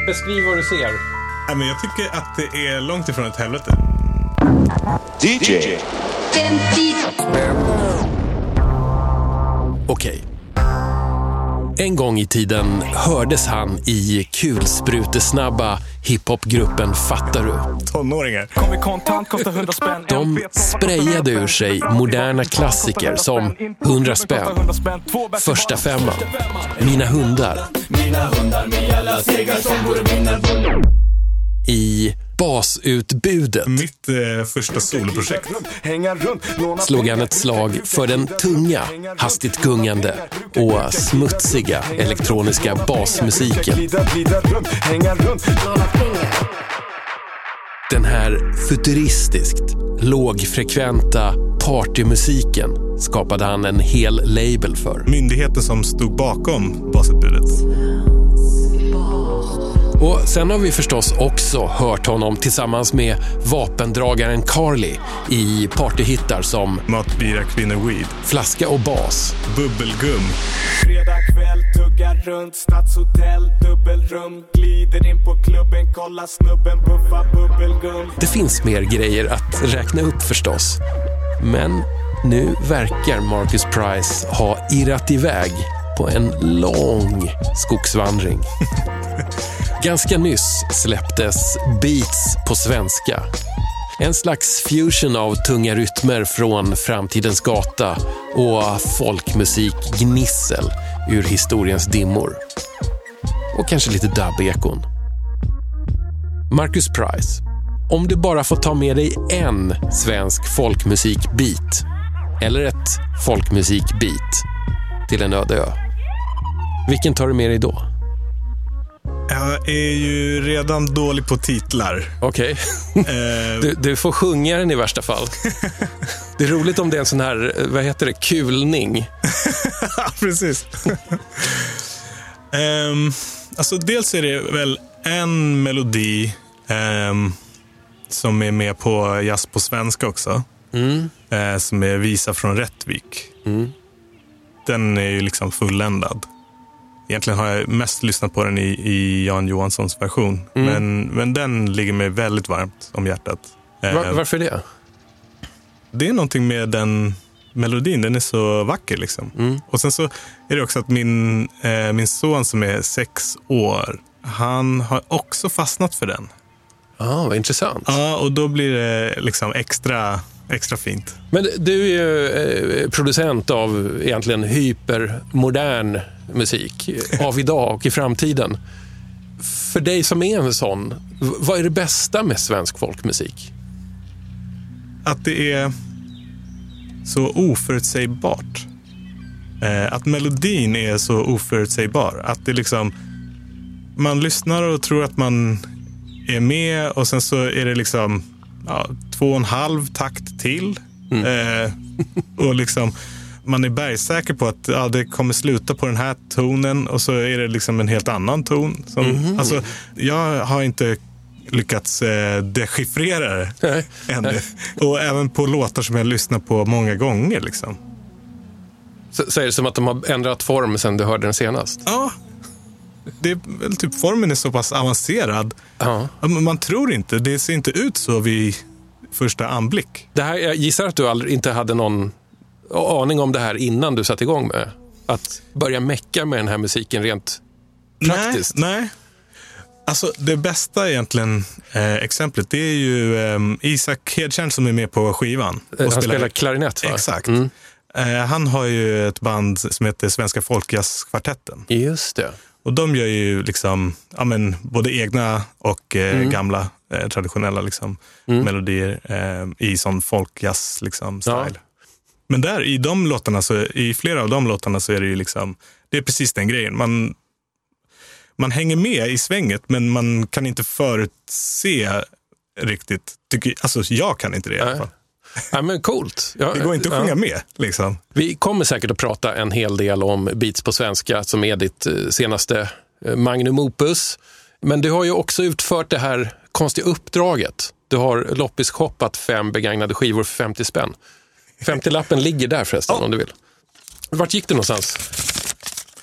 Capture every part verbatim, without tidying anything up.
beskriv vad du ser. Nej, men jag tycker att det är långt ifrån ett helvete. D J Okej. En gång i tiden hördes han i kulsprutesnabba hiphopgruppen Fattar du? Tonåringar. De sprayade ur sig moderna klassiker som hundra spänn, Första femman, Mina hundar. I basutbudet Mitt eh, första soloprojekt. slog han ett slag för den tunga, hastigt gungande och smutsiga elektroniska basmusiken. Den här futuristiskt, lågfrekventa partymusiken skapade han en hel label för. Myndigheten som stod bakom basutbudet. Och sen har vi förstås också hört honom tillsammans med vapendragaren Carly i partyhittar som Mat, bira, kvinnor, weed. Flaska och bas, Bubbelgum. Fredag kväll, tuggar runt stadshotell, dubbelrum, glider in på klubben, kolla snubben, buffa bubbelgum. Det finns mer grejer att räkna upp förstås. Men nu verkar Marcus Price ha irrat iväg på en lång skogsvandring. Ganska nyss släpptes Beats på svenska. En slags fusion av tunga rytmer från framtidens gata och folkmusik gnissel ur historiens dimmor. Och kanske lite dubb-ekon. Marcus Price, om du bara får ta med dig en svensk folkmusik-beat eller ett folkmusik-beat till en öde ö, vilken tar du med dig då? Jag är ju redan dålig på titlar. Okej. Okay. du, du får sjunga den i värsta fall. Det är roligt om det är en sån här, vad heter det, kulning. Ja, precis. um, alltså dels är det väl en melodi um, som är med på Jazz på svenska också. Mm. Uh, som är Visa från Rättvik. Mm. Den är ju liksom fulländad. Egentligen har jag mest lyssnat på den i, i Jan Johanssons version. Mm. Men, men den ligger mig väldigt varmt om hjärtat. Var, varför det? Det är någonting med den melodin. Den är så vacker liksom. Mm. Och sen så är det också att min, eh, min son som är sex år, han har också fastnat för den. Ja, ah, vad intressant. Ja, och då blir det liksom extra... Extra fint. Men du är ju eh, producent av egentligen hypermodern musik av idag och i framtiden. För dig som är en sån, vad är det bästa med svensk folkmusik? Att det är så oförutsägbart. Eh, att melodin är så oförutsägbar. Att det liksom, man lyssnar och tror att man är med och sen så är det liksom ja, två och en halv takt till. Mm. Eh, och liksom man är bergsäker på att ja, det kommer sluta på den här tonen och så är det liksom en helt annan ton. Som, mm. Alltså, jag har inte lyckats eh, dechiffrera det Nej. ännu. Och även på låtar som jag lyssnar på många gånger. Liksom. Så, så är det som att de har ändrat form sen du hörde den senast? Ja. Det är väl typ, formen är så pass avancerad. Ja. Man tror inte, det ser inte ut så vid första anblick. Det här, jag gissar att du aldrig, inte hade någon aning om det här innan du satte igång med att börja mecka med den här musiken rent praktiskt. Nej, nej. Alltså det bästa egentligen eh, exemplet, det är ju eh, Isak Hedtjärn som är med på skivan. Och han spelar, spelar klarinett, va? Exakt. Mm. Eh, han har ju ett band som heter Svenska Folkjazzkvartetten. Just det. Och de gör ju liksom, ja men, både egna och eh, mm. gamla eh, traditionella liksom, mm. melodier eh, i sån folkjazz liksom, style. Ja. Men där i de låtarna, så, i flera av de låtarna så är det ju liksom, det är precis den grejen. Man, man hänger med i svänget men man kan inte förutse riktigt. Tycker, alltså jag kan inte det i alla fall. Ja, men coolt. Ja, det går inte att sjunga ja. med liksom. Vi kommer säkert att prata en hel del om Beats på svenska som är ditt senaste magnum opus. Men du har ju också utfört det här konstiga uppdraget. Du har loppiskoppat fem begagnade skivor för femtio spänn. femtio-lappen ligger där förresten, oh. om du vill. Vart gick du någonstans?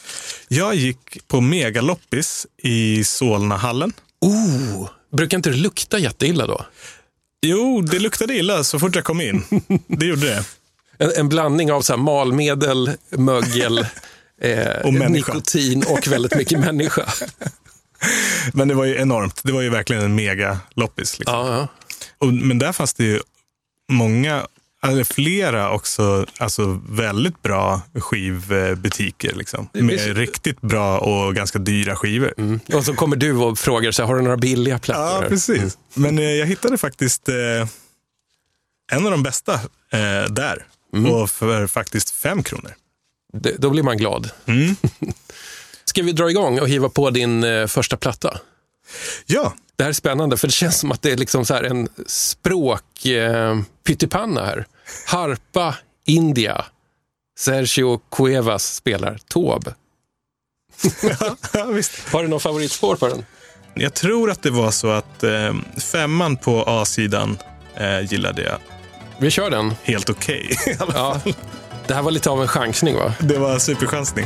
Jag gick på Megaloppis i Solnahallen. Oh, brukar inte det lukta jätteilla då? Jo, det luktade illa så fort jag kom in. Det gjorde det. En, en blandning av så här malmedel, mögel, eh, och nikotin och väldigt mycket människa. Men det var ju enormt. Det var ju verkligen en mega loppis. Liksom. Ja, ja. Och, men där fanns det ju många, eller flera också, alltså väldigt bra skivbutiker. Liksom, med visst. riktigt bra och ganska dyra skivor. Mm. Och så kommer du och frågar så här, har du några billiga plattor? Ja, precis. Mm. Men eh, jag hittade faktiskt eh, en av de bästa eh, där. Mm. Och för faktiskt fem kronor. Det, då blir man glad. Mm. Ska vi dra igång och hiva på din eh, första platta? Ja. Det här är spännande för det känns som att det är liksom så här en språk eh, pyttipanna här. Harpa India. Sergio Cuevas spelar Taube. Ja, visst. Har du någon favoritspår på den? Jag tror att det var så att eh, femman på A-sidan eh, gillade jag. Vi kör den. Helt okej. Okay, ja, det här var lite av en chansning, va? Det var en superchansning.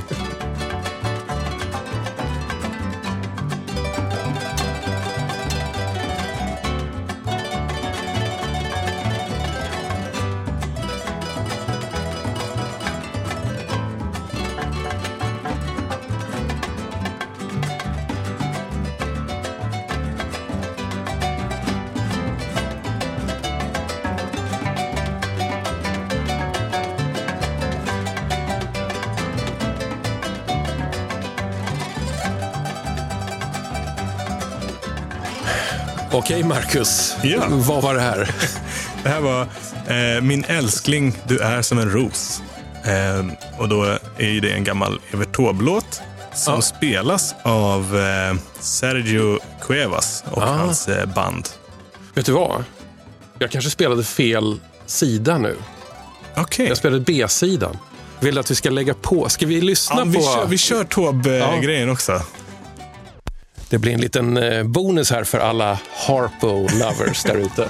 Okej, Marcus. Ja. Vad var det här? Det här var eh, Min älskling, du är som en ros. Eh, och då är ju det en gammal Evert Taube-låt som ja. spelas av eh, Sergio Cuevas och ah. hans eh, band. Vet du vad? Jag kanske spelade fel sida nu. Okej. Okay. Jag spelade B-sidan. Vill att vi ska lägga på. Ska vi lyssna ja, på... Vi kör, vi kör Taube-grejen ja. också. Det blir en liten bonus här för alla Harpo-lovers där ute.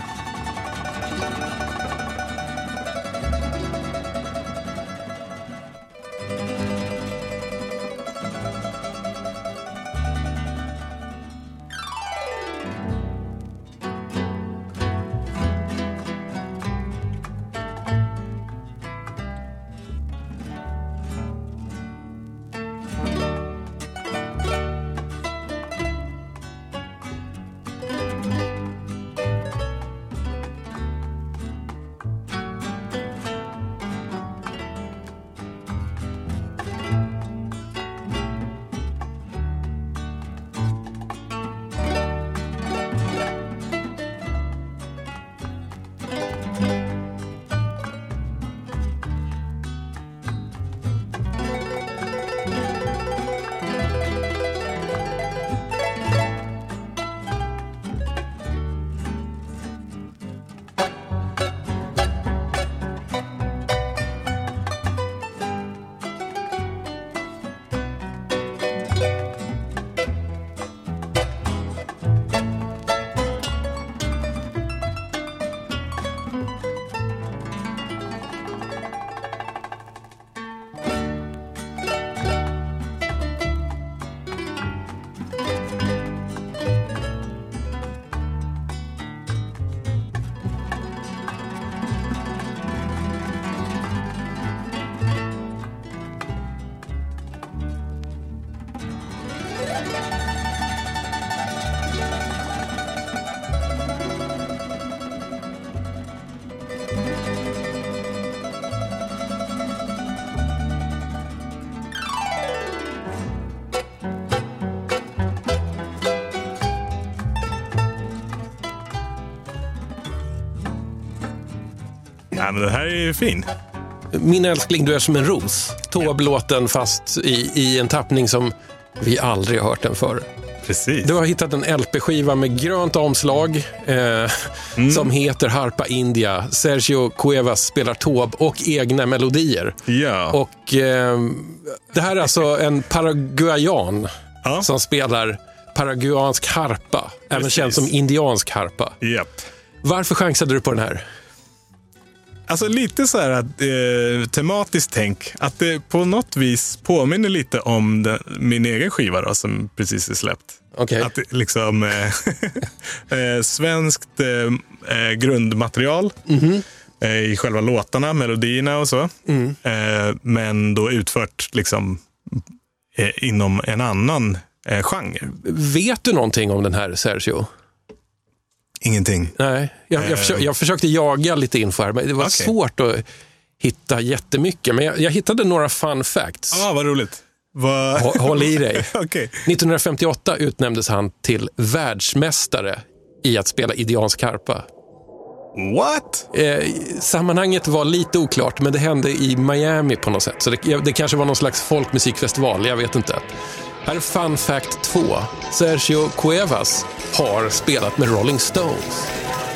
Ja, men det här är ju fin. Min älskling, du är som en ros. Taube-låten fast i, i en tappning som vi aldrig har hört den förr. Precis. Du har hittat en L P-skiva med grönt omslag eh, mm. som heter Harpa India. Sergio Cuevas spelar Taube och egna melodier. Ja. Och eh, det här är alltså en paraguayan ja. som spelar paraguansk harpa. Även känd som indiansk harpa. Yep. Varför chansade du på den här? Alltså lite så här att, eh, tematiskt tänk. Att det på något vis påminner lite om den, min egen skiva då, som precis är släppt. Okay. Att det liksom eh, eh, svenskt eh, grundmaterial mm-hmm. eh, i själva låtarna, melodierna och så. Mm. Eh, men då utfört liksom eh, inom en annan eh, genre. Vet du någonting om den här Sergio? Ingenting. Nej, jag, jag, försökte, jag försökte jaga lite info här, men det var okay. svårt att hitta jättemycket. Men jag, jag hittade några fun facts. Ja, ah, vad roligt. Va? Håll i dig. Okay. nittonhundrafemtioåtta utnämndes han till världsmästare i att spela indiansk harpa. What? Eh, sammanhanget var lite oklart, men det hände i Miami på något sätt. Så det, det kanske var någon slags folkmusikfestival, jag vet inte. Här är fun fact två. Sergio Cuevas har spelat med Rolling Stones.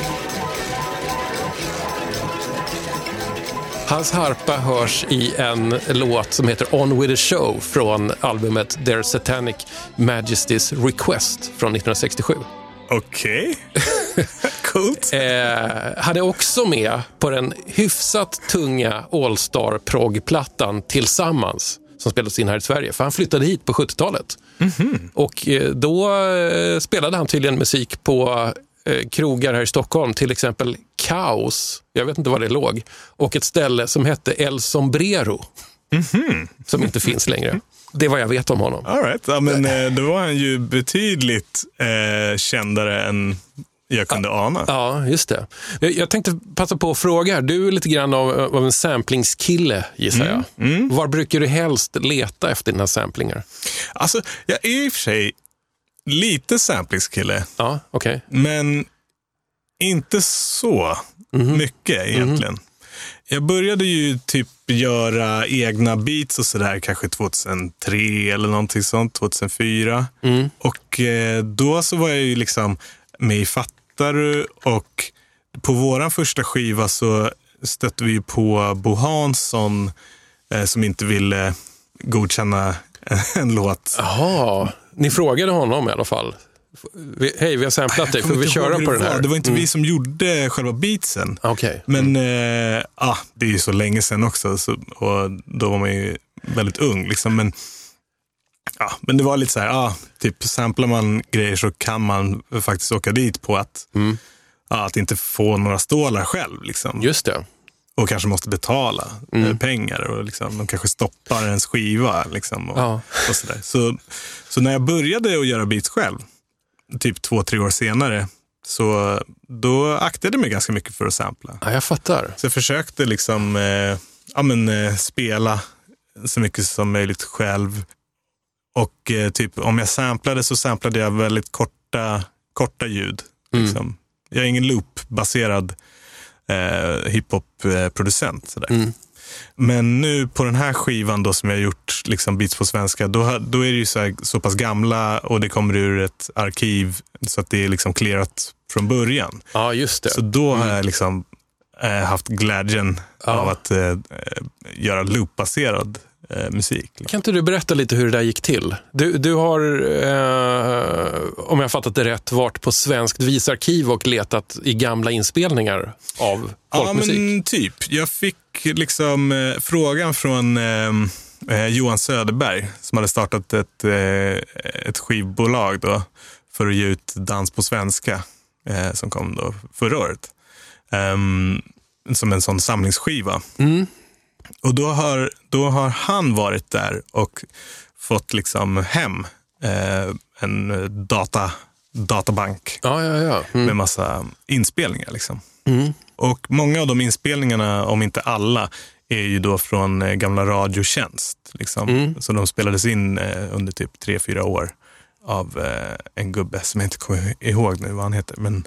Hans harpa hörs i en låt som heter On With A Show från albumet Their Satanic Majesty's Request från nittonhundrasextiosju. Okej. Okay. Coolt. Eh, han är också med på den hyfsat tunga All-Star prog-plattan Tillsammans som spelades in här i Sverige, för han flyttade hit på sjuttiotalet. Mm-hmm. Och eh, då eh, spelade han tydligen musik på eh, krogar här i Stockholm, till exempel Kaos, jag vet inte var det låg, och ett ställe som hette El Sombrero, mm-hmm. som inte finns längre. Det är vad jag vet om honom. All right. Ja, men eh, då var han ju betydligt eh, kändare än jag kunde ja, ana. Ja, just det. Jag, jag tänkte passa på att fråga här. Du är lite grann av, av en samplingskille, gissar mm, jag. Mm. Var brukar du helst leta efter dina samplingar? Alltså, jag är i och för sig lite samplingskille. Ja, okej. Okay. Men inte så mm-hmm. mycket egentligen. Mm-hmm. Jag började ju typ göra egna beats och sådär kanske tjugohundratre eller någonting sånt, tjugohundrafyra. Mm. Och eh, då så var jag ju liksom med i Fattaru, och på våran första skiva så stötte vi på Bo Hansson eh, som inte ville godkänna en låt. Jaha, ni frågade honom i alla fall. Vi, hej, vi har samplat dig, får vi köra på den här? Det var inte mm. vi som gjorde själva beatsen. Okay. Men mm. eh, ah, det är ju så länge sedan också, så, och då var man ju väldigt ung liksom. Men, ah, men det var lite så här, ah, typ samplar man grejer så kan man faktiskt åka dit på att, mm. ah, att inte få några stålar själv liksom. Just det. Och kanske måste betala mm. pengar, och liksom, de kanske stoppar ens skiva liksom, och, ja. och så där. Så, så när jag började att göra beats själv, typ två, tre år senare, så då aktade jag mig ganska mycket för att sampla. Ja, jag fattar. Så jag försökte liksom eh, ja, men, eh, spela så mycket som möjligt själv. Och eh, typ om jag samplade så samplade jag väldigt korta, korta ljud. Mm. Liksom. Jag är ingen loop-baserad eh, hiphop-producent. Sådär. Mm. Men nu på den här skivan då, som jag har gjort liksom beats på svenska, då, då är det ju så, här, så pass gamla, och det kommer ur ett arkiv så att det är liksom clearat från början. Ja, just det. Så då har jag liksom eh, haft glädjen ja. av att eh, göra loopbaserad eh, musik. Kan inte du berätta lite hur det där gick till? Du, du har, eh, om jag fattat det rätt, varit på Svenskt visarkiv och letat i gamla inspelningar av folkmusik. Ja, men typ. Jag fick liksom eh, frågan från eh, Johan Söderberg, som hade startat ett, eh, ett skivbolag då, för att ge ut Dans på svenska, eh, som kom då förra året. Um, som en sån samlingsskiva. Mm. Och då har, då har han varit där och fått liksom hem eh, en data, databank ja, ja, ja. Mm. med massa inspelningar liksom. Mm. Och många av de inspelningarna, om inte alla, är ju då från eh, gamla Radiotjänst liksom. Mm. Så de spelades in eh, under typ tre, fyra år av eh, en gubbe som jag inte kommer ihåg nu vad han heter, men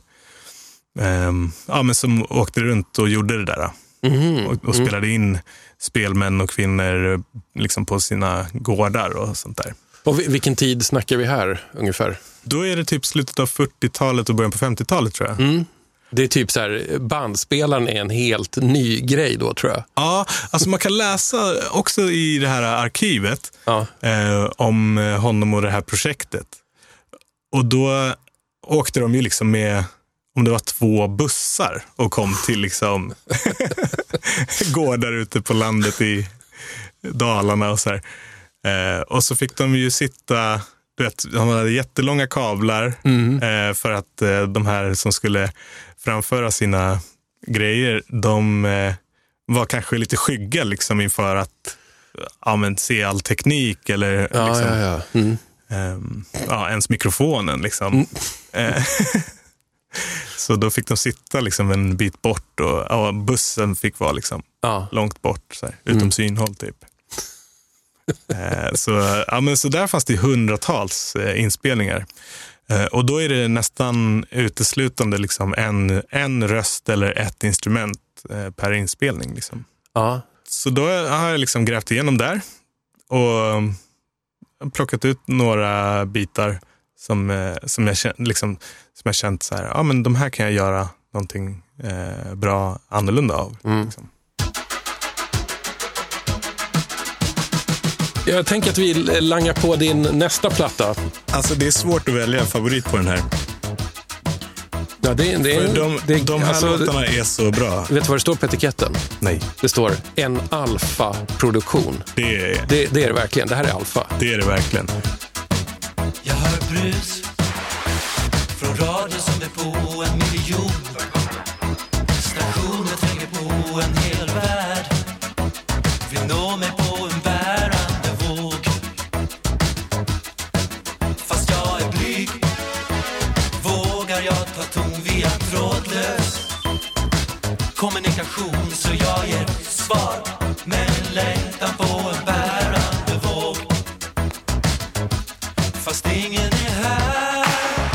Um, ja, men som åkte runt och gjorde det där mm, och, och spelade mm. in spelmän och kvinnor liksom på sina gårdar och sånt där. Och vilken tid snackar vi här ungefär? Då är det typ slutet av fyrtiotalet och början på femtiotalet, tror jag. Mm. Det är typ så här, bandspelaren är en helt ny grej då, tror jag. Ja, alltså man kan läsa också i det här arkivet ja. eh, om honom och det här projektet. Och då åkte de ju liksom med om det var två bussar och kom till liksom gårdar ute på landet i Dalarna och så här. Eh, och så fick de ju sitta, du vet, de hade jättelånga kablar mm. eh, för att eh, de här som skulle framföra sina grejer, de eh, var kanske lite skygga liksom inför att ja, men, se all teknik eller ja, liksom, ja, ja. Mm. eh, ja, ens mikrofonen liksom. Mm. Eh, så då fick de sitta liksom en bit bort och ja, bussen fick vara liksom ja. långt bort, så här, utom mm. synhåll typ. eh, så, ja, men så där fanns det hundratals eh, inspelningar. Eh, och då är det nästan uteslutande liksom en, en röst eller ett instrument eh, per inspelning. Liksom. Ja. Så då har jag liksom grävt igenom där och plockat ut några bitar som, eh, som jag känt, liksom, som jag känt så här, ja men de här kan jag göra någonting eh, bra annorlunda av. Mm. Liksom. Jag tänker att vi langar på din nästa platta. Alltså det är svårt att välja en favorit på den här. Ja, det, det, För de, det, de här alltså, låtarna är så bra. Vet du vad det står på etiketten? Nej. Det står en alfa-produktion. Det är, det, det är det verkligen. Det här är alfa. Det är det verkligen. Jag hör brus från radio som är på en miljon. Stationer tränger på en hel värld. Vill nå mig på en bärande våg. Fast jag är blyg, vågar jag ta ton via trådlös kommunikation, så jag ger svar med en längtan på en bärande våg. Fast ingen är här,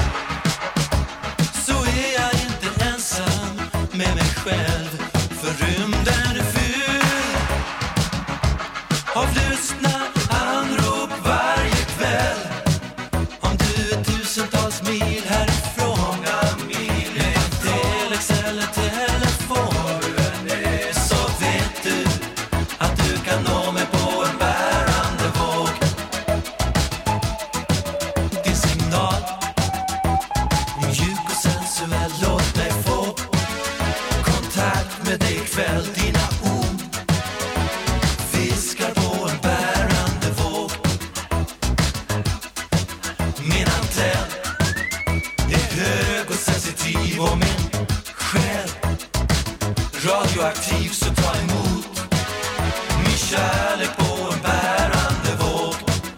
så är jag inte ensam med mig själv. För rymden är fylld av lyssna anrop varje kväll. Om du är tusentals mil härifrån, utan telex eller telefon, så vet du att du kan nå mig på en bärande våg. Din signal, mjuk och sensuell, låt mig få kontakt med dig ikväll. Dina ord viskar på en bärande våg. Min antenn är hög och sensitiv och min själ radioaktiv, så ta emot min kärlek på en bärande våg.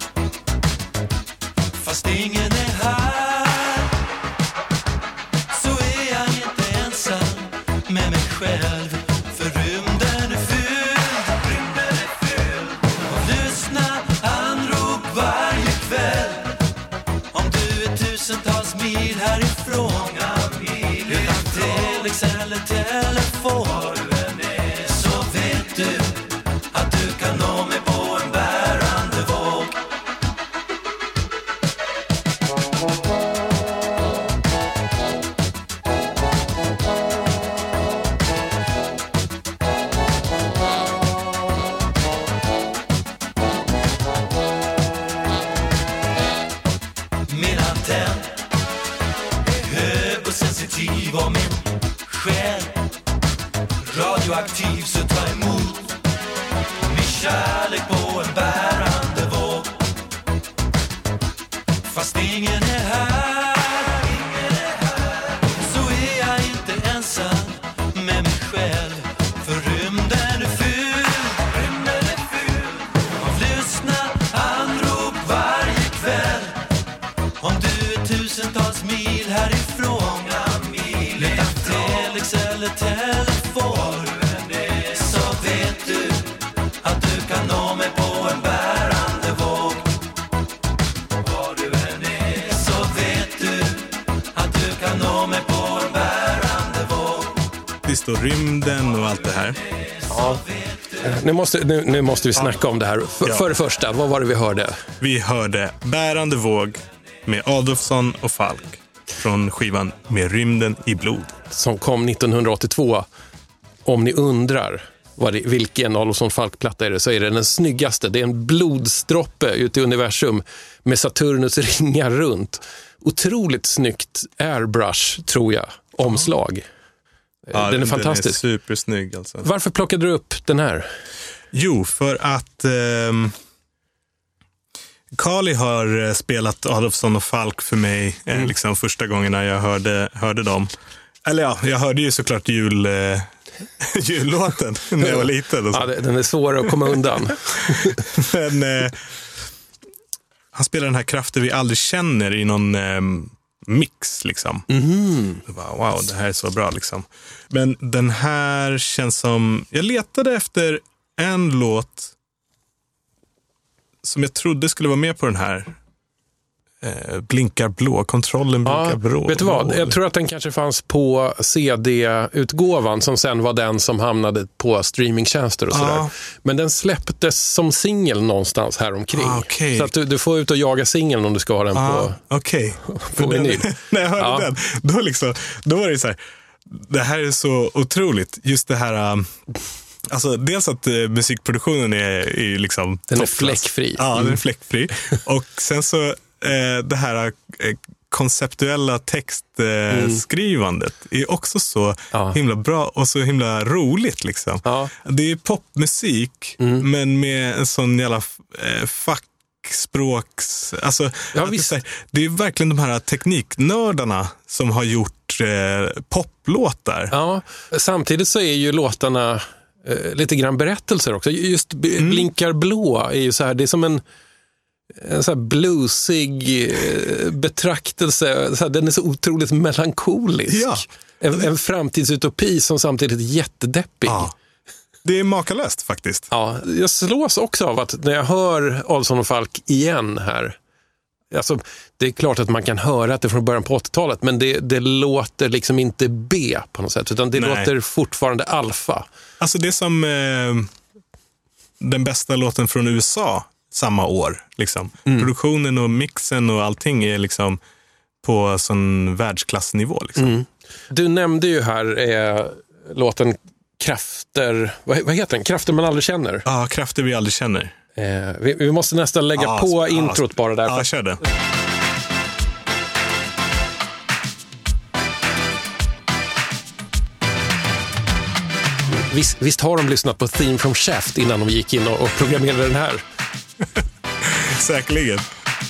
Fast ingen är här, så är jag inte ensam med mig själv. För rymden är fylld, rymden är fylld av lyssna anrop varje kväll. Om du är tusentals mil härifrån, utan telex eller telefon, så vet du att du kan nå mig på en bärande våg. Min antenn är hög och sensitiv och min själ radioaktiv, så ta emot min kärlek på en bärande våg. Fast ingen är här, så är jag inte ensam med mig själv. För rymden är fylld av lyssna anrop varje kväll. Om du är tusentals mil härifrån, utan telex eller telefon, så vet du att du kan nå mig på en bärande våg. Var du än är, så vet du att du kan nå mig på en bärande våg. Det står rymden och allt det här. Ja. Nu måste, nu, nu måste vi snacka om det här. För, Ja. för det första, vad var det vi hörde? Vi hörde Bärande våg med Adolfsson och Falk från skivan Med rymden i blod. Som kom nittonhundraåttiotvå. Om ni undrar vad det, vilken Adolfsson Falk-platta är det, så är det den snyggaste. Det är en blodstroppe ute i universum med Saturnus ringar runt. Otroligt snyggt airbrush, tror jag. omslag. Ja, den är fantastisk. Den är supersnygg alltså. Varför plockade du upp den här? Jo, för att eh, Kali har spelat Adolfsson och Falk för mig mm. eh, liksom första gången när jag hörde, hörde dem. Eller ja, jag hörde ju såklart jul, eh, jullåten när jag var liten. Och så. Ja, den är svår att komma undan. Men eh, han spelar den här kraften vi aldrig känner i någon eh, mix liksom. Mm. Bara, wow, det här är så bra liksom. Men den här känns som... Jag letade efter en låt som jag trodde skulle vara med på den här. Eh, blinkar blå, kontrollen blinkar ja, blå. Vet du vad? Jag tror att den kanske fanns på C D-utgåvan som sen var den som hamnade på streamingtjänster och sådär. Ja. Men den släpptes som singel någonstans här omkring. Ah, okay. Så att du, du får ut och jaga singeln om du ska ha den ah, på, okay. på vinyl. När jag hörde ja. den, då, liksom, då var det så här, det här är så otroligt. Just det här... Um, Alltså dels att eh, musikproduktionen är, är liksom den är toppklass. fläckfri. Ja, mm. den är fläckfri. Och sen så eh, det här eh, konceptuella textskrivandet eh, mm. är också så ja. himla bra och så himla roligt liksom. Ja. Det är popmusik mm. men med en sån jävla eh, fackspråks... Alltså, ja, det, är, det är verkligen de här tekniknördarna som har gjort eh, poplåtar. Ja, samtidigt så är ju låtarna lite grann berättelser också. Just mm. Blinkar blå är ju så här, det är som en, en så här bluesig betraktelse. Så här, den är så otroligt melankolisk. Ja. En, en framtidsutopi som samtidigt är jättedeppig. Ja. Det är makalöst faktiskt. Ja, jag slås också av att när jag hör Adolfsson och Falk igen här, alltså, det är klart att man kan höra att det är från början på åttiotalet, men det, det låter liksom inte B på något sätt, utan det Nej. låter fortfarande alfa. Alltså det är som eh, den bästa låten från U S A samma år. Liksom. Mm. Produktionen och mixen och allting är liksom på sån världsklassnivå. Liksom. Mm. Du nämnde ju här eh, låten Krafter, vad, vad heter den? Krafter man aldrig känner. Ja, Krafter vi aldrig känner. Eh, vi, vi måste nästan lägga ja, på ja, introt bara där. Ja, kör det. Visst, visst har de lyssnat på Theme from Shaft innan de gick in och, och programmerade den här? Säkerligen.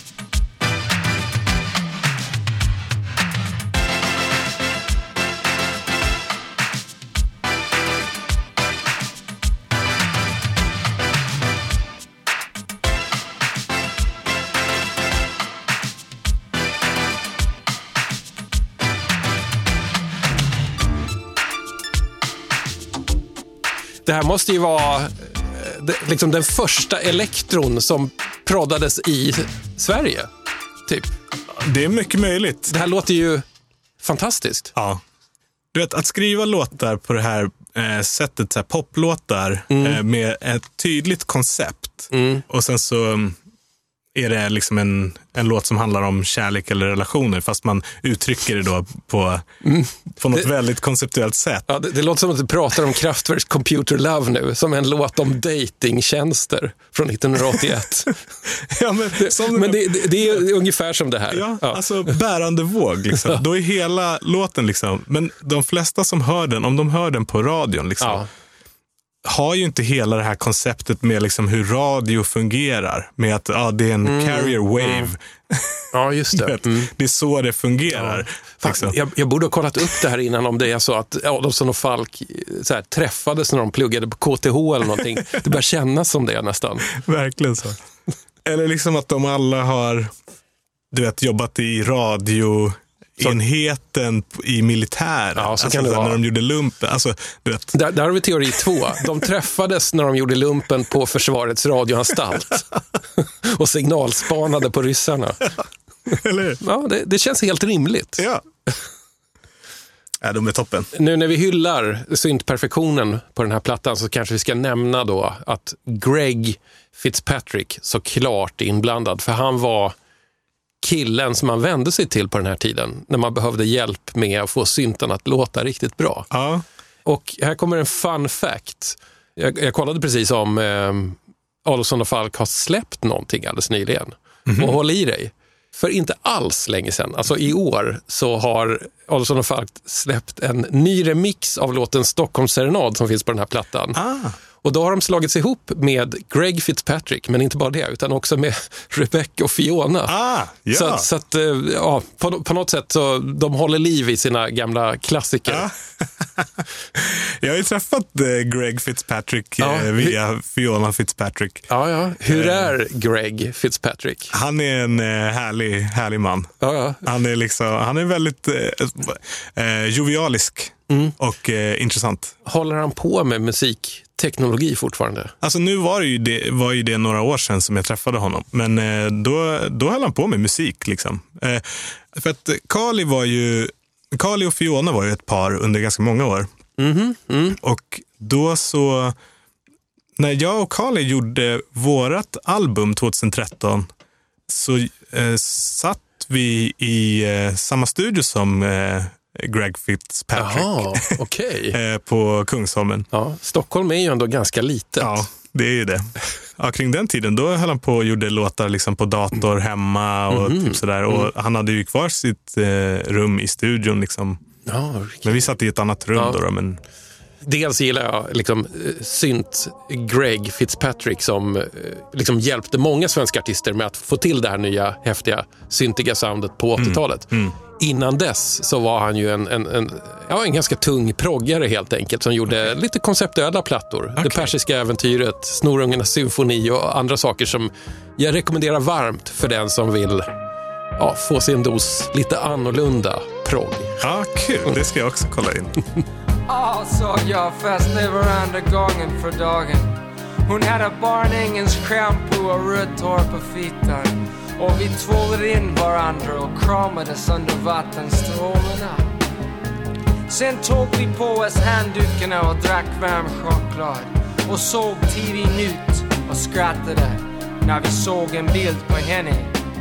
Det här måste ju vara liksom den första elektron som proddades i Sverige, typ. Det är mycket möjligt. Det här låter ju fantastiskt. Ja. Du vet, att skriva låtar på det här eh, sättet, så här poplåtar mm. eh, med ett tydligt koncept. Mm. Och sen så är det liksom en, en låt som handlar om kärlek eller relationer, fast man uttrycker det då på, mm. på något det, väldigt konceptuellt sätt. Ja, det, det låter som att du pratar om Kraftwerks Computer Love nu, som en låt om datingtjänster från nittonhundraåttioett. Ja, men det, men det, det, det är ungefär som det här. Ja, ja. Alltså bärande våg liksom. Ja. Då är hela låten liksom, men de flesta som hör den, om de hör den på radion liksom, ja. har ju inte hela det här konceptet med liksom hur radio fungerar. Med att ja, det är en mm, carrier wave. Mm. Ja, just det. Mm. Det är så det fungerar. Ja. Fan, jag, jag borde ha kollat upp det här innan, om det är så att Adolfsson och Falk så här, träffades när de pluggade på K T H eller någonting. Det börjar kännas som det nästan. Verkligen så. Eller liksom att de alla har, du vet, jobbat i radio... enheten i militären. Ja, så alltså, kan det vara. När de gjorde lumpen. Alltså, du vet. Där, där har vi teori två. De träffades när de gjorde lumpen på Försvarets radioanstalt. Och signalspanade på ryssarna. Eller? Ja, det, det känns helt rimligt. Ja. Ja, de är toppen. Nu när vi hyllar syntperfektionen på den här plattan, så kanske vi ska nämna då att Greg Fitzpatrick såklart är inblandad. För han var killen som man vände sig till på den här tiden när man behövde hjälp med att få synten att låta riktigt bra. Ja. Och här kommer en fun fact. Jag, jag kollade precis om eh, Adolfsson och Falk har släppt någonting alldeles nyligen. Mm-hmm. Och håll i dig. För inte alls länge sedan, alltså i år, så har Adolfsson och Falk släppt en ny remix av låten Stockholms serenad som finns på den här plattan. Ah. Och då har de slagits ihop med Greg Fitzpatrick, men inte bara det, utan också med Rebecca och Fiona. Ah, ja. Så, så att, ja, på, på något sätt så de håller liv i sina gamla klassiker. Ja. Jag har ju träffat eh, Greg Fitzpatrick Ja, eh, via Fiona Fitzpatrick. Ja, ja. Hur Eh. är Greg Fitzpatrick? Han är en eh, härlig, härlig man. Ja, ja. Han är liksom, han är väldigt eh, eh, jovialisk Mm. och eh, intressant. Håller han på med musikteknologi fortfarande? Alltså nu var, det ju det, var ju det några år sedan som jag träffade honom. Men eh, då, då höll han på med musik liksom. Eh, för att Carly var ju, Carly och Fiona var ju ett par under ganska många år. Mhm, mm. Och då så, när jag och Carly gjorde vårat album tjugohundratretton så eh, satt vi i eh, samma studio som eh, Greg Fitzpatrick. Jaha, okej. eh, på Kungsholmen. Ja, Stockholm är ju ändå ganska litet. Ja, det är ju det. Ja, kring den tiden då höll han på och gjorde låtar liksom på dator hemma och Mhm. typ sådär. Och Mm. han hade ju kvar sitt eh, rum i studion liksom. Ja, Men vi satt i ett annat rum Ja. då, då men dels gillar jag liksom eh, synt Greg Fitzpatrick som eh, liksom hjälpte många svenska artister med att få till det här nya häftiga syntiga soundet på åttiotalet. Mm. Innan dess så var han ju en, en, en, ja, en ganska tung proggare helt enkelt som gjorde lite konceptuella plattor. Det persiska äventyret, Snorungarnas symfoni och andra saker som jag rekommenderar varmt för den som vill ja, få sin dos lite annorlunda progg. ja, kul. Det ska jag också kolla in. Ja, såg jag fast över andra gången för dagen. Hon hade barnängens shampoo och rött hår på fittan. Och vi tvålade in varandra och kramades under vattenstrålarna. Sen tog vi på oss handdukarna och drack varm choklad. Och såg T V Nytt och skrattade när vi såg en bild på henne.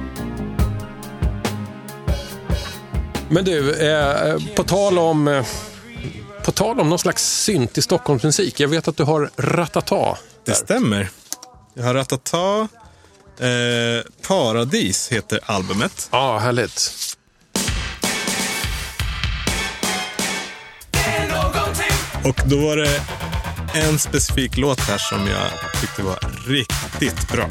Men du, eh, på tal om eh, på tal om någon slags synt i Stockholmsmusik. Jag vet att du har Ratata. Det stämmer. Jag har Ratata. Eh, Paradis heter albumet. Ja, härligt. Och då var det en specifik låt här som jag tyckte var riktigt bra.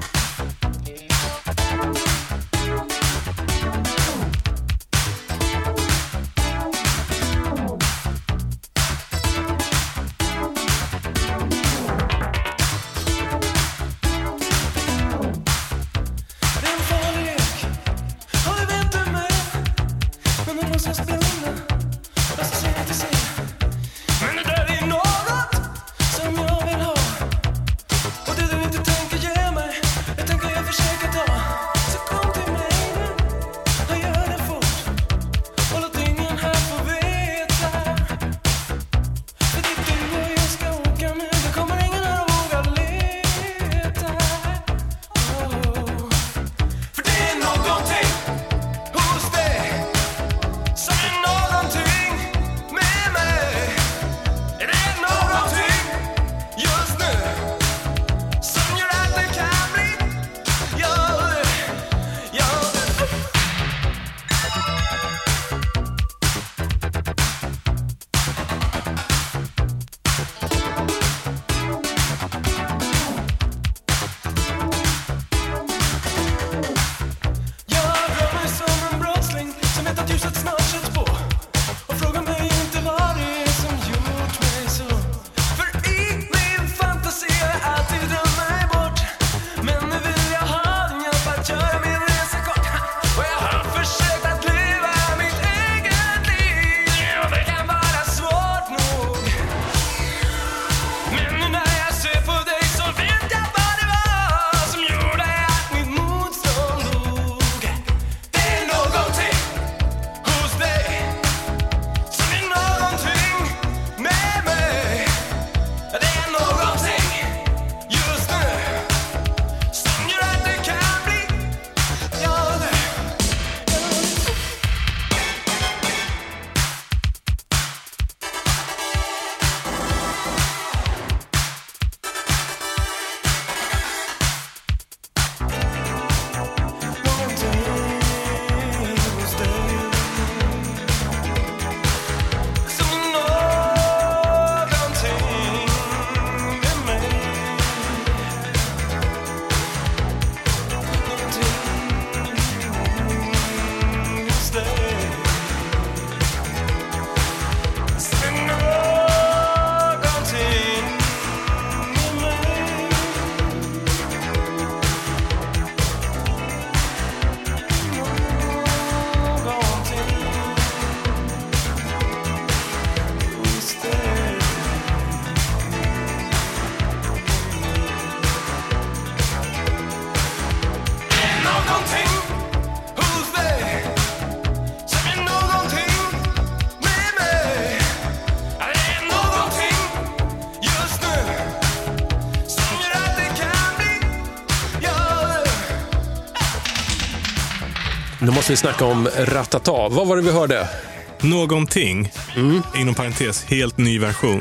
måste vi snacka om Ratata. Vad var det vi hörde? Någonting, mm. inom parentes, helt ny version.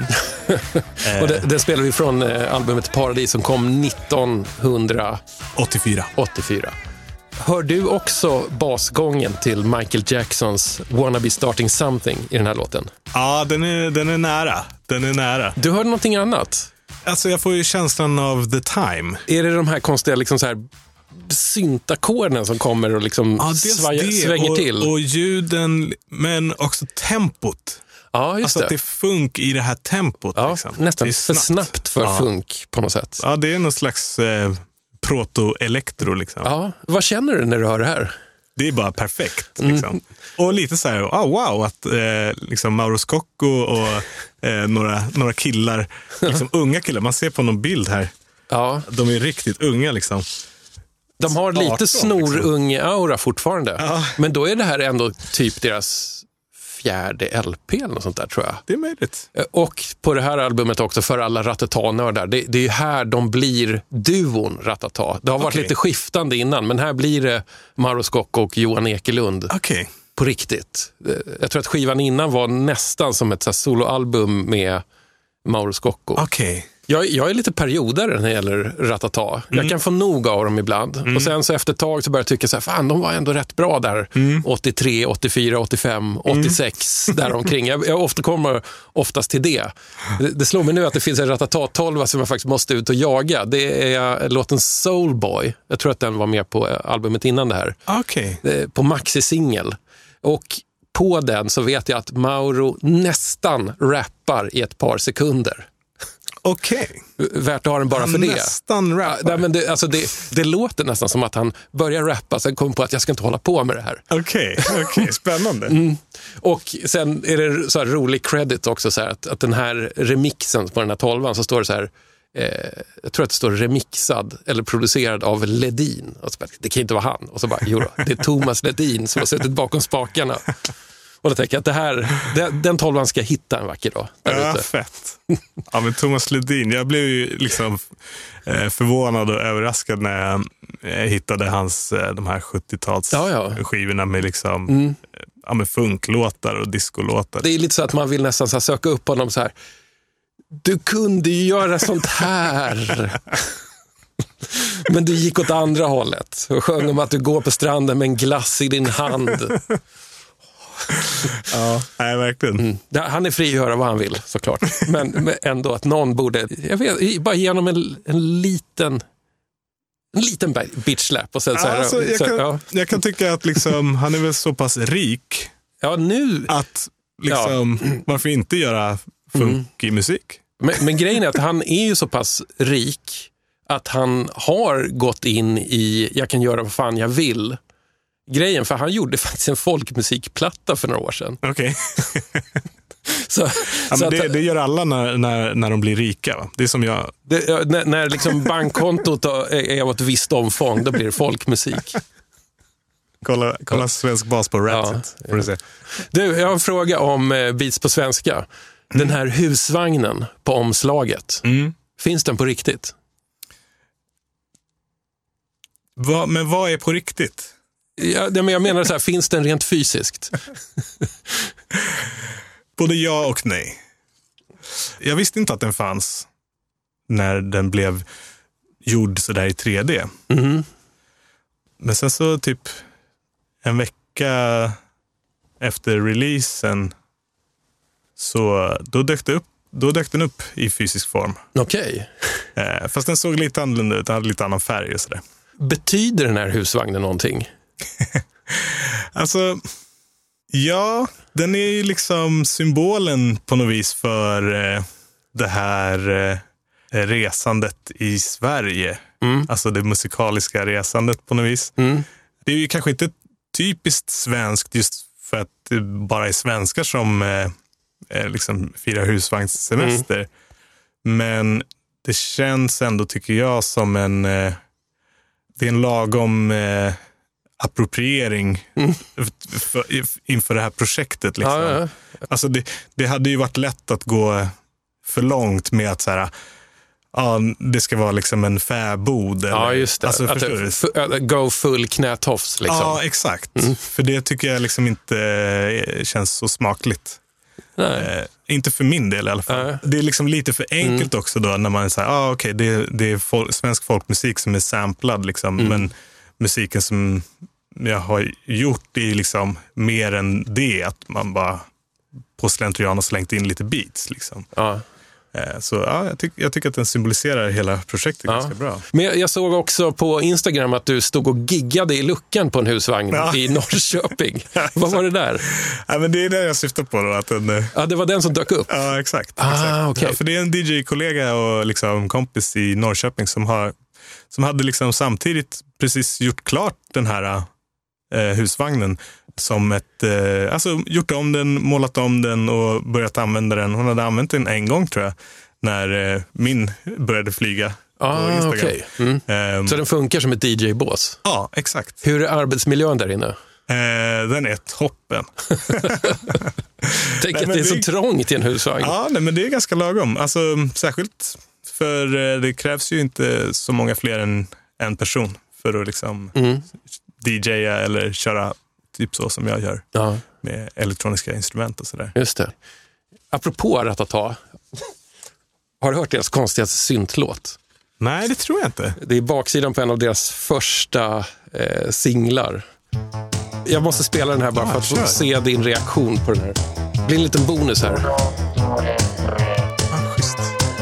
Och det, det spelar vi från eh, albumet Paradis som kom nittonhundraåttiofyra. åttiofyra. Hör du också basgången till Michael Jacksons Wanna Be Starting Something i den här låten? Ja, den är, den är nära. Den är nära. Du hörde någonting annat? Alltså jag får ju känslan av The Time. Är det de här konstiga liksom så här syntackorden som kommer och liksom ja, svaja, det. svänger och, till? Och ljuden, men också tempot. Ja, just alltså det. att det är funk i det här tempot. Ja, liksom. nästan för snabbt, snabbt för ja. funk på något sätt. Ja, det är någon slags eh, proto-elektro liksom. Ja, vad känner du när du hör det här? Det är bara perfekt. Liksom. Mm. Och lite så här, oh, wow, att eh, liksom Mauro Scocco och eh, några, några killar, liksom unga killar, man ser på någon bild här. Ja. De är riktigt unga liksom. De har lite arton, snorunge-aura liksom. Fortfarande. Ja. Men då är det här ändå typ deras fjärde L P eller något sånt där, tror jag. Det är möjligt. Och på det här albumet också för alla Ratata-nördar. Det, det är här de blir duon Ratata. Det har varit okay. lite skiftande innan, men här blir det Mauro Scocco och Johan Ekelund. Okej. Okay. På riktigt. Jag tror att skivan innan var nästan som ett så här soloalbum med Mauro Scocco. Okej. Okay. Jag, jag är lite periodare när det gäller Ratata. Mm. Jag kan få nog av dem ibland. Mm. Och sen så efter ett tag så börjar jag tycka så här, fan, de var ändå rätt bra där. Mm. åttiotre, åttiofyra, åttiofem, åttiosex, mm. däromkring. Jag, jag ofta kommer oftast till det. det. Det slår mig nu att det finns en Ratata tolv som jag faktiskt måste ut och jaga. Det är låten Soulboy. Jag tror att den var med på albumet innan det här. Okej. Okay. På maxi-singel. Och på den så vet jag att Mauro nästan rappar i ett par sekunder. Okej. Okay. Värt att ha den bara han för det. Nästan rappar. Ja, men det, alltså det, det låter nästan som att han börjar rappa, sen kommer på att jag ska inte hålla på med det här. Okej, okay. okay. Spännande. Mm. Och sen är det så här rolig credit också så här, att, att den här remixen på den här tolvan så står det så här, eh, jag tror att det står remixad eller producerad av Ledin. Och så bara, det kan inte vara han. Och så bara, jo då, det är Thomas Ledin som har suttit bakom spakarna. Och då tänker jag att det här, den, den tolvan ska jag hitta en vacker dag. Ja, ute. Fett. Ja, men Thomas Ledin, jag blev ju liksom eh, förvånad och överraskad när jag eh, hittade hans, eh, de här sjuttio-tals ja, ja. skivorna med liksom mm. ja, med funklåtar och discolåtar. Det är lite så att man vill nästan så här, söka upp honom så här. Du kunde ju göra sånt här. Men du gick åt andra hållet och sjöng om att du går på stranden med en glass i din hand. Ja, nej, verkligen. Mm. Han är fri att göra vad han vill, såklart. Men, men ändå att någon borde, jag vet, bara genom en, en liten en liten bitch-slap och sen så här, alltså, jag, så, kan, ja. jag kan tycka att liksom, han är väl så pass rik ja, nu, att liksom, ja. varför inte göra funkig mm. musik? Men, men grejen är att han är ju så pass rik att han har gått in i jag kan göra vad fan jag vill grejen, för han gjorde faktiskt en folkmusikplatta för några år sedan. Okej. Okay. så, ja, så det, att, det gör alla när, när, när de blir rika, va? Det är som jag... Det, när när liksom bankkontot är av ett visst omfång, då blir det folkmusik. Kolla, kolla svensk bas på Ratchet. Ja, ja. Du, jag har en fråga om eh, beats på svenska. Mm. Den här husvagnen på omslaget. Mm. Finns den på riktigt? Va, men vad är på riktigt? Ja, men jag menar så här, finns den rent fysiskt? Både ja och nej. Jag visste inte att den fanns när den blev gjord så där i tre D. Mm. Men sen så typ en vecka efter releasen så då dök det upp då dök den upp i fysisk form. Okej. Okay. Eh, fast den såg lite annorlunda ut, den hade lite annan färg och sådär. Betyder den här husvagnen någonting? Alltså, ja, den är ju liksom symbolen på något vis för eh, det här eh, resandet i Sverige. Mm. Alltså det musikaliska resandet på något vis. Mm. Det är ju kanske inte typiskt svenskt just för att det bara är svenskar som eh, liksom firar husvagnssemester. Mm. Men det känns ändå, tycker jag, som en... Eh, det är en lagom... Eh, appropriering mm. för, inför det här projektet liksom. Ja, ja. Alltså det, det hade ju varit lätt att gå för långt med att så här, ja, det ska vara liksom en fäbod. Eller, Ja, just det. Alltså, att förstår du? f- go full knätofs liksom. Ja, exakt. Mm. För det tycker jag liksom inte eh, känns så smakligt. Nej. Eh, inte för min del i alla fall. Nej. Det är liksom lite för enkelt mm. också då när man säger, ah, okej, okay, det, det är fol- svensk folkmusik som är samplad liksom, mm. men musiken som jag har gjort är liksom mer än det, att man bara på slentrian har slängt in lite beats liksom. Ja. Så ja, jag, tyck, jag tycker att den symboliserar hela projektet ja. ganska bra. Men jag, jag såg också på Instagram att du stod och giggade i luckan på en husvagn ja. i Norrköping. ja, Vad var det där? Ja, men det är det jag syftar på då. Att den, ja, det var den som dök upp? Ja, exakt. Ah, exakt. Okay. Ja, för det är en D J-kollega och liksom kompis i Norrköping som, har, som hade liksom samtidigt precis gjort klart den här eh, husvagnen. Som ett, eh, alltså gjort om den, målat om den och börjat använda den. Hon hade använt den en gång tror jag, när eh, min började flyga ah, på Instagram. Okay. Mm. Um, Så den funkar som ett D J-bås? Ja, exakt. Hur är arbetsmiljön där inne? Eh, den är toppen. Tänk nej, att det är så det... trångt i en husvagn. Ja, nej, men det är ganska lagom. Alltså, särskilt för eh, det krävs ju inte så många fler än en person för att liksom mm. D J:a eller köra typ så som jag gör ja. med elektroniska instrument och sådär. Just det. Apropå Ratata, har du hört deras konstigaste syntlåt? Nej, det tror jag inte. Det är baksidan på en av deras första eh, singlar. Jag måste spela den här bara ja, för att få se din reaktion på den här. Det blir en liten bonus här. Ah, schysst.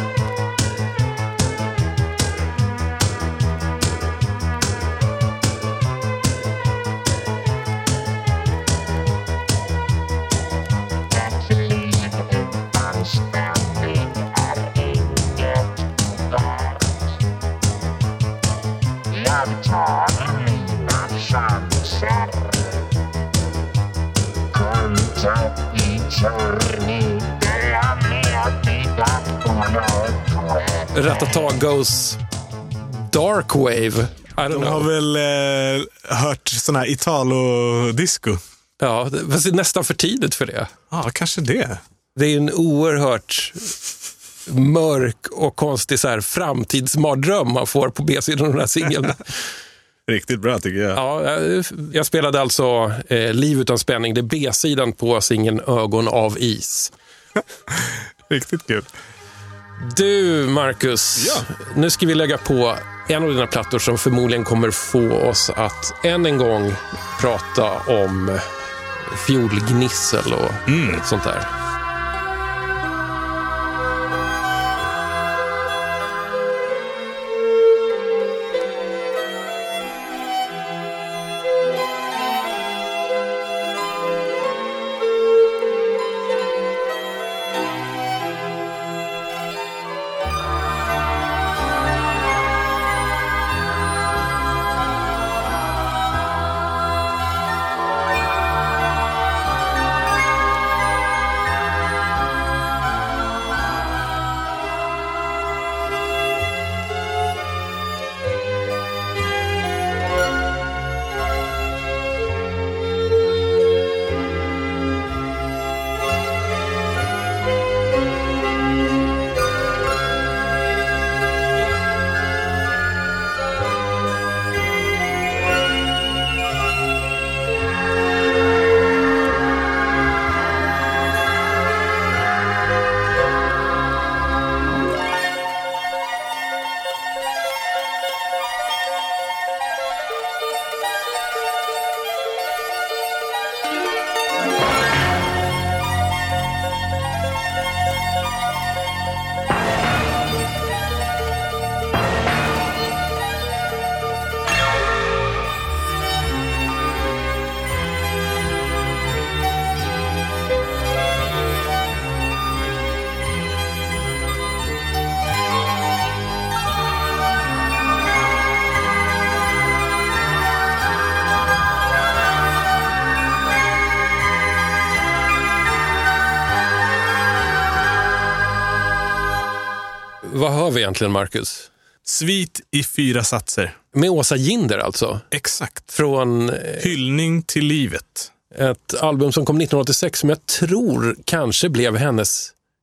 Ratata goes dark wave. I don't De know. har väl eh, hört sån här Italo-disco. Ja, det är nästan för tidigt för det. Ja, kanske det. Det är en oerhört mörk och konstig så här framtidsmardröm man får på B-sidan av den här singeln. Riktigt bra tycker jag. Ja, jag spelade alltså eh, Liv utan spänning. Det är B-sidan på singeln Ögon av is. Riktigt kul. Du, Marcus, ja. nu ska vi lägga på en av dina plattor som förmodligen kommer få oss att än en gång prata om fiolgnissel och mm. sånt där. Vad hör vi egentligen, Marcus? Svit i fyra satser. Med Åsa Ginder alltså? Exakt. Från Hyllning till livet. Ett album som kom nittonhundraåttiosex som jag tror kanske blev hennes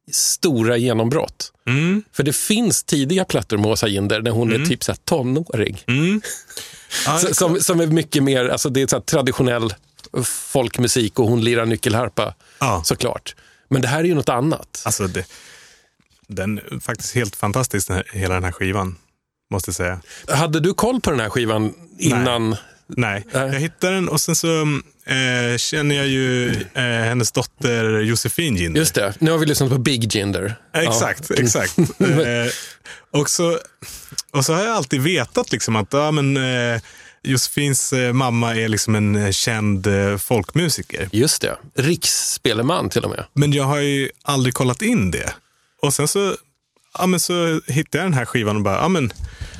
stora genombrott. Mm. För det finns tidiga plattor med Åsa Ginder när hon Mm. är typ så här tonåring. Mm. Ja, Så- som, som är mycket mer, alltså det är så här traditionell folkmusik och hon lirar nyckelharpa ja. såklart. Men det här är ju något annat. Alltså det, den är faktiskt helt fantastisk, den här, hela den här skivan, måste jag säga. Hade du koll på den här skivan innan? Nej, Nej. jag hittade den och sen så eh, känner jag ju eh, hennes dotter Josefin Ginder. Just det, nu har vi lyssnat på Big Ginder. Ja, exakt, Ja. exakt. eh, och, så, och så har jag alltid vetat liksom att ja, men, eh, Josefins eh, mamma är liksom en eh, känd eh, folkmusiker. Just det, riksspeleman till och med. Men jag har ju aldrig kollat in det. Och sen så, ja, men så hittade jag den här skivan och bara, ja men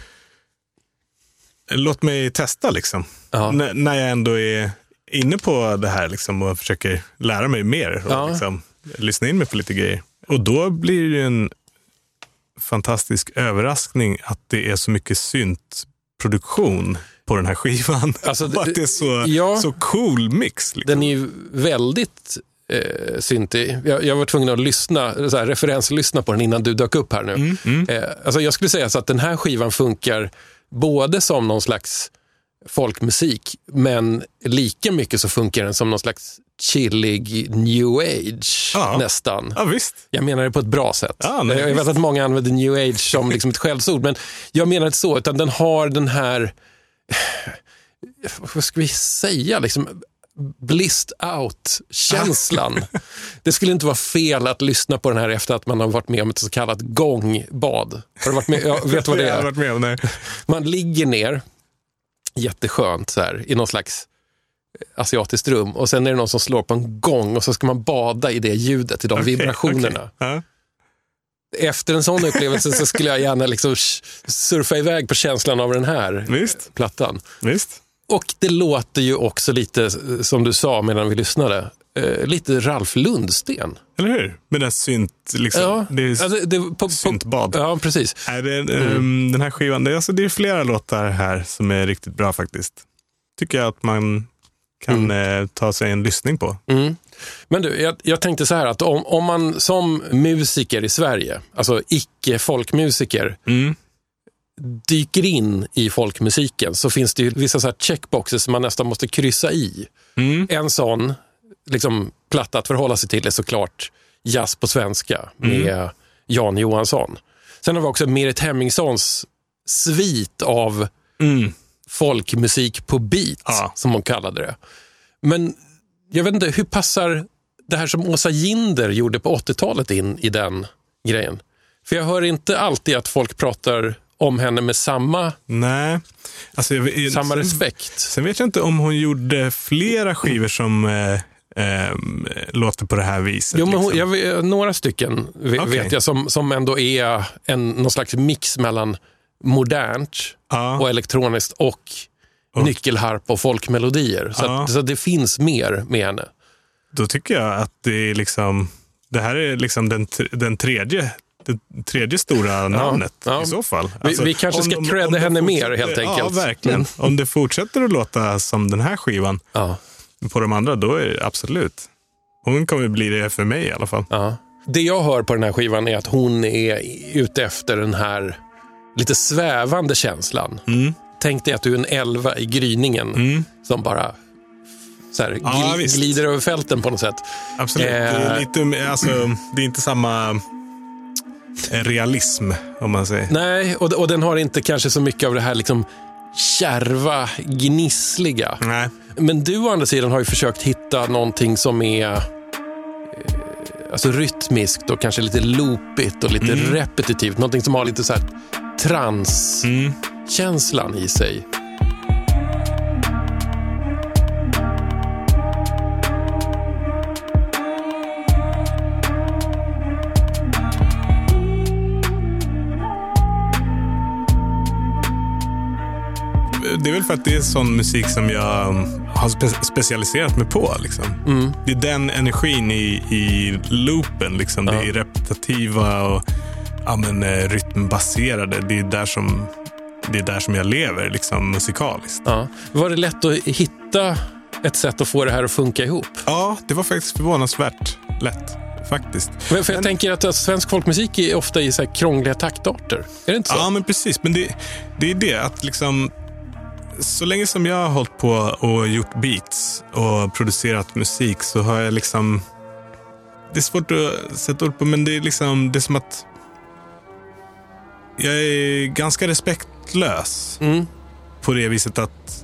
låt mig testa liksom. Ja. N- när jag ändå är inne på det här liksom och försöker lära mig mer och Ja. liksom, lyssna in mig på lite grejer. Och då blir det en fantastisk överraskning att det är så mycket syntproduktion på den här skivan. Alltså, och att det är så, ja. så cool mix. Liksom. Den är ju väldigt eh, syntig. Jag, jag var tvungen att lyssna, så här, referenslyssna på den innan du dök upp här nu. Mm, mm. Eh, alltså jag skulle säga så att den här skivan funkar både som någon slags folkmusik, men lika mycket så funkar den som någon slags chillig new age Ja. nästan. Ja, visst. Jag menar det på ett bra sätt. Ja, nej, jag vet visst. att många använder new age som liksom ett skällsord, men jag menar inte så, utan den har den här, vad ska vi säga, liksom blissed out-känslan. Det skulle inte vara fel att lyssna på den här efter att man har varit med om ett så kallat gångbad. Har du varit med? Jag vet vad det Jag har är. varit med om det. Man ligger ner, jätteskönt så här, i någon slags asiatiskt rum, och sen är det någon som slår på en gång och så ska man bada i det ljudet, i de Okej, vibrationerna. okej. Ja. Efter en sån upplevelse så skulle jag gärna liksom surfa iväg på känslan av den här Visst. plattan. Visst. Och det låter ju också lite, som du sa medan vi lyssnade, eh, lite Ralf Lundsten. Eller hur? Med den synt, liksom. Ja, det är alltså, det, på, på, syntbad. Ja, precis. Nej, det, mm. Den här skivan, det är, alltså, det är flera låtar här som är riktigt bra faktiskt. Tycker jag att man kan mm. eh, ta sig en lyssning på. Mm. Men du, jag, jag tänkte så här att om, om man som musiker i Sverige, alltså icke-folkmusiker, Mm. dyker in i folkmusiken, så finns det ju vissa så här checkboxes som man nästan måste kryssa i. Mm. En sån liksom, platta att förhålla sig till är såklart Jazz på svenska med Mm. Jan Johansson. Sen har vi också Merit Hemmingssons svit av Mm. folkmusik på beat, Ja. som hon kallade det. Men jag vet inte, hur passar det här som Åsa Ginder gjorde på åttiotalet in i den grejen? För jag hör inte alltid att folk pratar om henne med samma, Nej. Alltså, jag, jag, samma sen, respekt. sen vet jag inte om hon gjorde flera skivor som eh, eh, låter på det här viset. Jo, men hon, liksom. jag vet, några stycken vet, Okej. vet jag som, som ändå är en, någon slags mix mellan modernt Ja. och elektroniskt och, Och- nyckelharp och folkmelodier. Så, Ja. att, så att det finns mer med henne. Då tycker jag att det är liksom, det här är liksom den, t- den tredje det tredje stora namnet ja. i så fall. Vi- vi kanske ska credda det henne mer, fortsätter- helt enkelt. Ja, verkligen. Mm. Om det fortsätter att låta som den här skivan Ja. på de andra, då är det absolut. Hon kommer bli det för mig i alla fall. Ja. Det jag hör på den här skivan är att hon är ute efter den här lite svävande känslan. Mm. Tänk dig att du är en elva i gryningen Mm. som bara så här, Ja, gl- visst. glider över fälten på något sätt. Absolut. Eh. Det är lite, alltså, det är inte samma eh, realism, om man säger. Nej, och, och den har inte kanske så mycket av det här liksom kärva, gnissliga. Nej. Men du å andra sidan har ju försökt hitta någonting som är eh, alltså rytmiskt och kanske lite loopigt och lite Mm. repetitivt. Någonting som har lite så här trans-känslan Mm. i sig. Det är väl för att det är sån musik som jag har spe- specialiserat mig på. Liksom. Mm. Det är den energin i, i loopen. Liksom. Det Ja. är repetitiva och ja, men, eh, rytmbaserade. Det är där som, det är där som jag lever liksom, musikaliskt. Ja. Var det lätt att hitta ett sätt att få det här att funka ihop? Ja, det var faktiskt förvånansvärt lätt. faktiskt. Men för jag men, tänker att alltså, svensk folkmusik är ofta i så här krångliga taktarter. Är det inte så? Ja, men precis. Men det, det är det att liksom, så länge som jag har hållit på och gjort beats och producerat musik så har jag liksom, det är svårt att sätta ord på, men det är liksom, det är som att jag är ganska respektlös Mm. på det viset att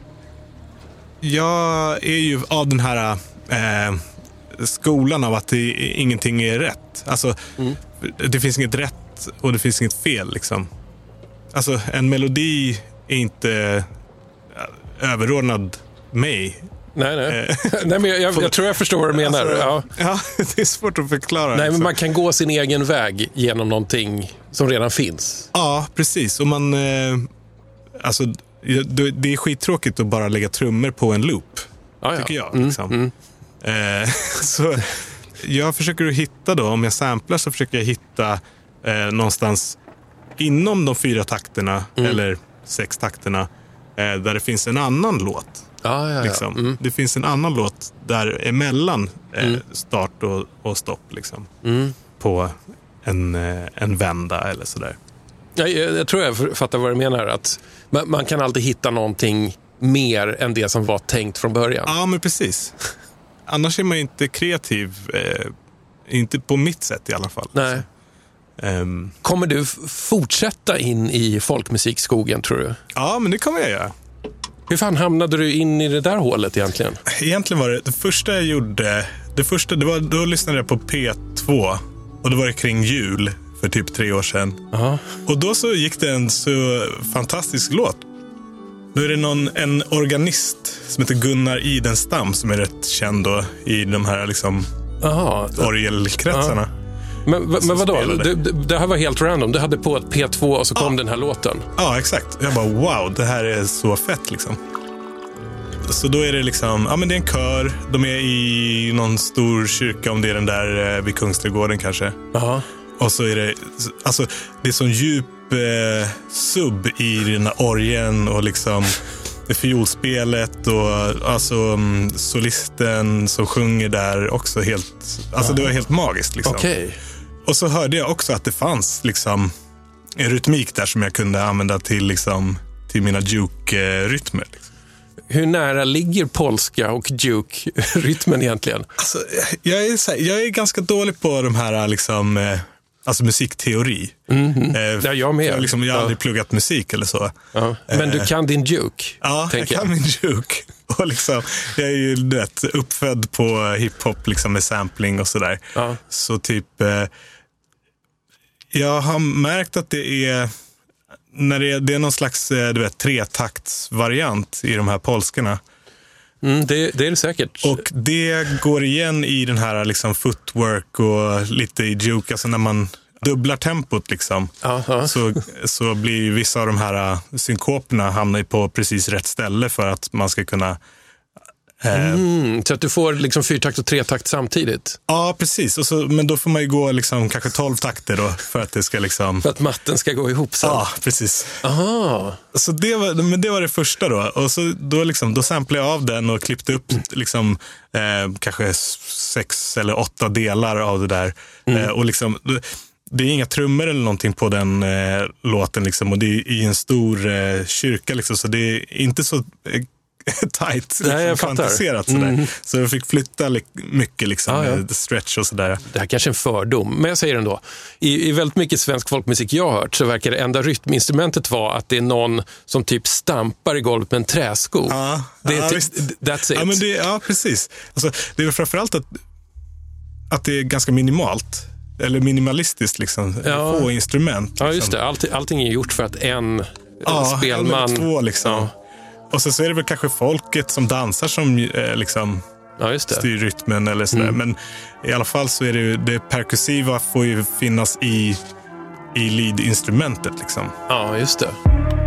jag är ju av den här eh, skolan av att det, ingenting är rätt. Alltså, Mm. det finns inget rätt och det finns inget fel liksom. Alltså, en melodi är inte överordnad mig. Nej, nej. Eh, nej men jag, jag, jag tror jag förstår vad du menar. Alltså, ja. ja, det är svårt att förklara. Nej, men liksom. man kan gå sin egen väg genom någonting som redan finns. Ja, precis. Och man, eh, alltså, det, det är skittråkigt att bara lägga trummor på en loop, Ja, ja. tycker jag. Mm, Liksom. mm. Eh, så jag försöker att hitta då, om jag samplar så försöker jag hitta eh, någonstans inom de fyra takterna Mm. eller sex takterna eh, där det finns en annan låt. Ja, ja, ja. Liksom. Mm. Det finns en annan låt där emellan eh, Mm. start och, och stopp liksom, Mm. på en, eh, en vända eller sådär. Jag, jag, jag tror jag fattar vad du menar. Att man, man kan alltid hitta någonting mer än det som var tänkt från början. Ja, men precis. Annars är man inte kreativ. Eh, inte på mitt sätt i alla fall. Nej. Um, Kommer du f- fortsätta in i folkmusikskogen, tror du? ja, men det kommer jag göra. Hur fan hamnade du in i det där hålet egentligen? Egentligen var det, det första jag gjorde, det första, det var, då lyssnade jag på P två och då var det kring jul för typ tre år sedan. Ja. Och då så gick det en så fantastisk låt. Då är det någon, en organist som heter Gunnar Idenstam som är rätt känd då i de här liksom Aha. orgelkretsarna. Men, v- men vadå? spelade. Det, det, det här var helt random. Du hade på ett P två och så kom den här låten. Ja, exakt. Jag bara, wow, det här är så fett liksom. Så då är det liksom, ja men det är en kör. De är i någon stor kyrka, om det är den där eh, vid Kungsträdgården kanske. Jaha. Och så är det, alltså det är sån djup eh, sub i den här orgeln och liksom det fiolspelet och alltså um, solisten som sjunger där också helt, alltså det var helt magiskt liksom. Okej. Och så hörde jag också att det fanns liksom en rytmik där som jag kunde använda till liksom till mina juke-rytmer. Liksom. Hur nära ligger polska och juke-rytmen egentligen? Alltså, jag är så här, jag är ganska dålig på de här liksom eh, alltså musikteori. Mm-hmm. Eh, Ja, jag med. Jag, liksom, jag har Ja. aldrig pluggat musik eller så. Ja. Men du kan din juke, Ja, jag tänker kan min juke. Och liksom, jag är ju rätt uppfödd på hiphop liksom med sampling och sådär. Ja. Så typ, eh, jag har märkt att det är, när det är, det är någon slags eh, du vet, tretaktsvariant i de här polskorna. Mm, det, det är det säkert. Och det går igen i den här liksom footwork och lite i juke, alltså när man dubblar tempot liksom. Ja, ja. Så, så blir vissa av de här uh, synkoperna hamnar på precis rätt ställe för att man ska kunna eh, Mm, så att du får liksom fyrtakt och tretakt samtidigt. ja, precis. Och så, men då får man ju gå liksom kanske tolv takter då för att det ska liksom För att matten ska gå ihop sen. ja, precis. Aha. Så det var, men det var det första då. Och så då, liksom, då samplade jag av den och klippte upp liksom, eh, kanske sex eller åtta delar av det där. Mm. Eh, och liksom, det är inga trummor eller någonting på den eh, låten. Liksom, och det är i en stor eh, kyrka. Liksom, så det är inte så eh, tajt Nej, jag liksom, fattar. kvantiserat. Sådär. Mm. Så jag fick flytta li- mycket liksom, Ja, ja. med stretch och sådär. Det här kanske är en fördom, men jag säger ändå. I, I väldigt mycket svensk folkmusik jag har hört så verkar det enda rytminstrumentet vara att det är någon som typ stampar i golvet med en träsko. Ja, det är ja, ty- visst. That's it. Ja, men det, ja precis. Alltså, det är väl framförallt att, att det är ganska minimalt. Eller minimalistiskt, liksom. Ja. Få instrument. Liksom. Ja, just det. Allt, allting är gjort för att en Ja, spelman... en eller två liksom. Ja. Och så, så är det väl kanske folket som dansar som eh, liksom Ja, just det. styr rytmen eller sådär. Mm. Men i alla fall så är det ju, det perkussiva får ju finnas i, i lead-instrumentet liksom. Ja, just det.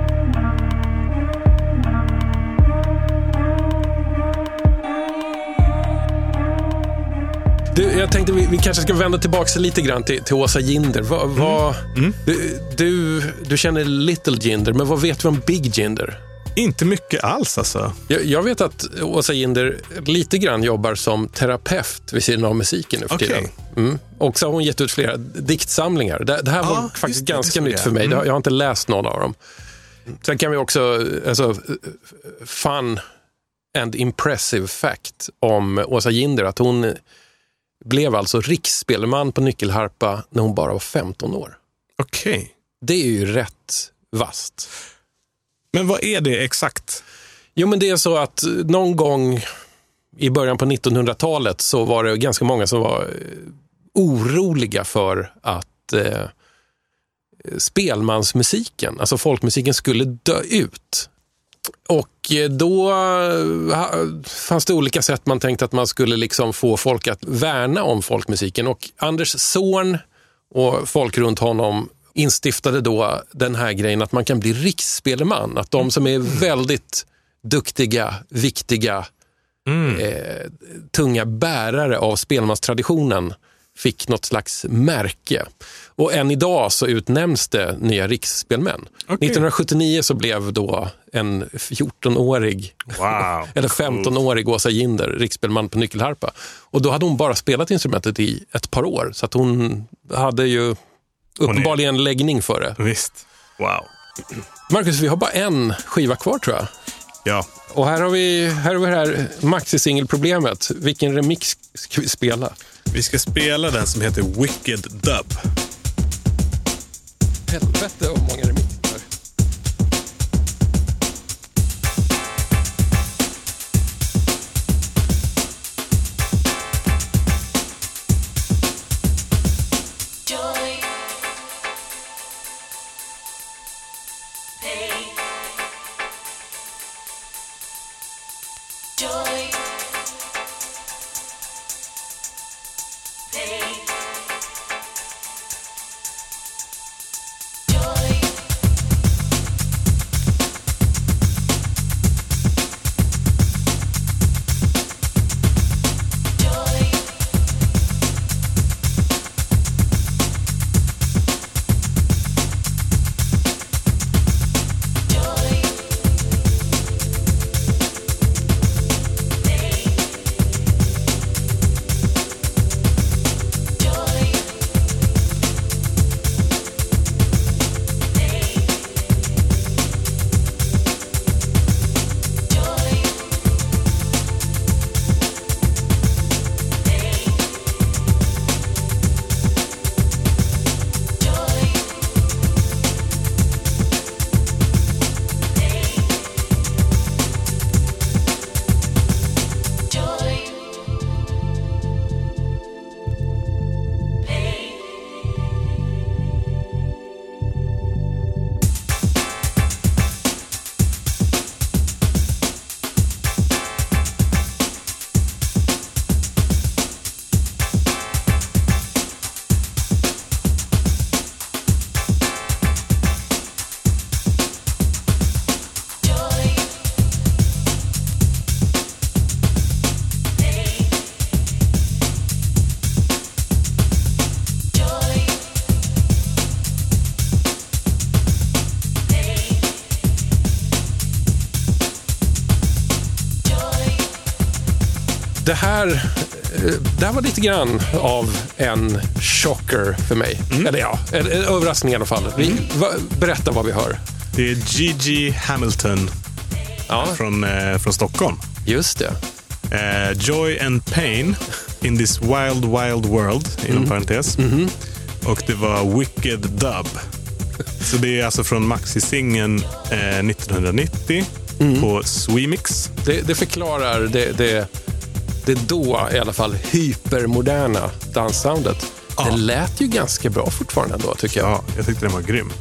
Du, jag tänkte vi, vi kanske ska vända tillbaka lite grann till, till Åsa Ginder. Va, va, Mm. Du, du, du känner Little Jinder, men vad vet vi om Big Jinder? Inte mycket alls alltså. Jag, jag vet att Åsa Ginder lite grann jobbar som terapeut vid sidan av musiken nu för Okej. tiden. Mm. Och så har hon gett ut flera diktsamlingar. Det, det här var Ja, faktiskt just det, ganska det såg nytt jag. för mig. Mm. Jag har inte läst någon av dem. Sen kan vi också, alltså, fun and impressive fact om Åsa Ginder, att hon blev alltså riksspelman på nyckelharpa när hon bara var femton år. Okej. Det är ju rätt vast. Men vad är det exakt? Jo, men det är så att någon gång i början på nittonhundratalet så var det ganska många som var oroliga för att eh, spelmansmusiken, alltså folkmusiken, skulle dö ut. Och då fanns det olika sätt man tänkte att man skulle liksom få folk att värna om folkmusiken. Och Anders Zorn och folk runt honom instiftade då den här grejen att man kan bli riksspelman. Att de som är väldigt duktiga, viktiga, mm. eh, tunga bärare av spelmanstraditionen fick något slags märke. Och än idag så utnämns det nya riksspelmän. Okay. nittonhundrasjuttionio så blev då en fjortonårig wow, eller femtonårig Åsa Ginder riksspelman på nyckelharpa. Och då hade hon bara spelat instrumentet i ett par år. Så att hon hade ju uppenbarligen en läggning för det. Visst, wow. Marcus, vi har bara en skiva kvar tror jag. Ja. Och här har vi, här har vi det här maxi-single-problemet. Vilken remix ska vi spela? Vi ska spela den som heter Wicked Dub. Helvete vad många remixer. Det här, det här var lite grann av en chocker för mig. Mm. Eller ja, en, en överraskning i alla fall. Vi, va, berätta vad vi hör. Det är Gigi Hamilton ja. från, eh, från Stockholm. Just det. Eh, Joy and Pain in this wild, wild world, inom mm. parentes. Mm-hmm. Och det var Wicked Dub. Så det är alltså från maxi-singeln eh, nittonhundranittio mm. på Swemix. Det, det förklarar det, det, det då i alla fall hypermoderna danssoundet. Ja. Det lät ju ganska bra fortfarande då, tycker jag. Ja, jag tyckte den var grym.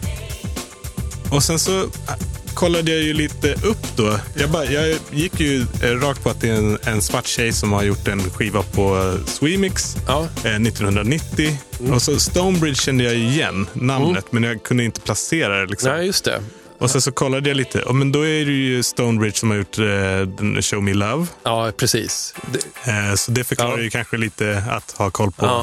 Och sen så kollade jag ju lite upp då. Jag, bara, jag gick ju rakt på att det är en, en svart tjej som har gjort en skiva på Swemix ja. eh, nittonhundranittio. Mm. Och så Stonebridge kände jag igen namnet, mm. men jag kunde inte placera det. Liksom. Nej, just det. Och sen så kollade jag lite. Och men då är det ju Stonebridge som har gjort eh, Show Me Love. Ja, precis. Det... Eh, så det förklarar ja. ju kanske lite att ha koll på ja.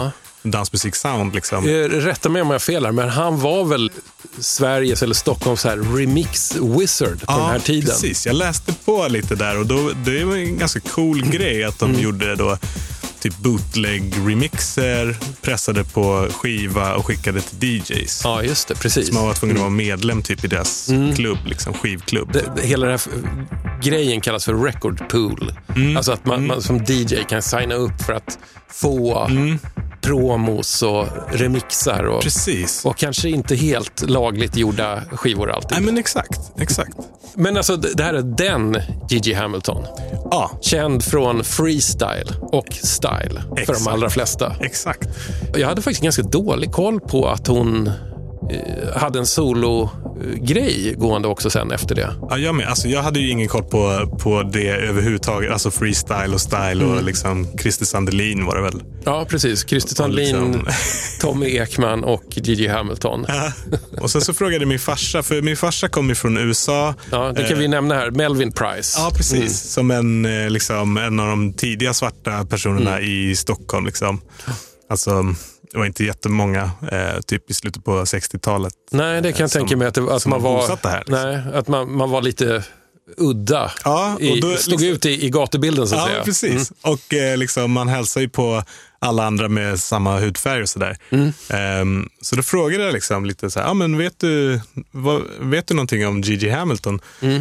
dansmusik-sound liksom. Rätta mig om jag felar, men han var väl Sveriges eller Stockholms här remix-wizard på ja, den här tiden. Precis. Jag läste på lite där och då, det var en ganska cool grej att de mm. gjorde då typ bootleg-remixer, pressade på skiva och skickade till D Js. Ja, just det, precis. Så man var tvungen att vara medlem typ i deras mm. klubb, liksom skivklubb. Det, det, hela den här grejen kallas för record pool. Mm. Alltså att man, mm. man som D J kan signa upp för att få mm. promos och remixar och, precis. Och kanske inte helt lagligt gjorda skivor alltid. Nej, men exakt, exakt. Men alltså det här är den Gigi Hamilton. Ja. Känd från freestyle och style. Exakt. För de allra flesta. Exakt. Jag hade faktiskt ganska dålig koll på att hon eh, hade en solo-grej gående också sen efter det. Ja, jag med. Alltså, jag hade ju ingen koll på, på det överhuvudtaget. Alltså freestyle och style mm. och liksom Christer Sandelin var det väl. Ja, precis. Christer Sandelin, liksom... Tommy Ekman och Gigi Hamilton. Ja. Och sen så frågade min farsa, för min farsa kommer från U S A. Ja, det kan eh... vi nämna här. Melvin Price. Ja, precis. Mm. Som en, liksom, en av de tidiga svarta personerna mm. i Stockholm. Liksom. Alltså... Det var inte jättemånga, eh, typ i slutet på sextiotalet. Nej, det kan jag tänka mig att, det, att man var det här, liksom. Nej, att man, man var lite udda. Ja, och i, då, stod liksom, ut i, i gatubilden så att ja, säga. Ja, precis. Mm. Och eh, liksom, man hälsar ju på alla andra med samma hudfärg och sådär. Mm. Um, så då frågade jag liksom lite så här, ja, men vet du, vad, vet du någonting om Gigi Hamilton? Mm.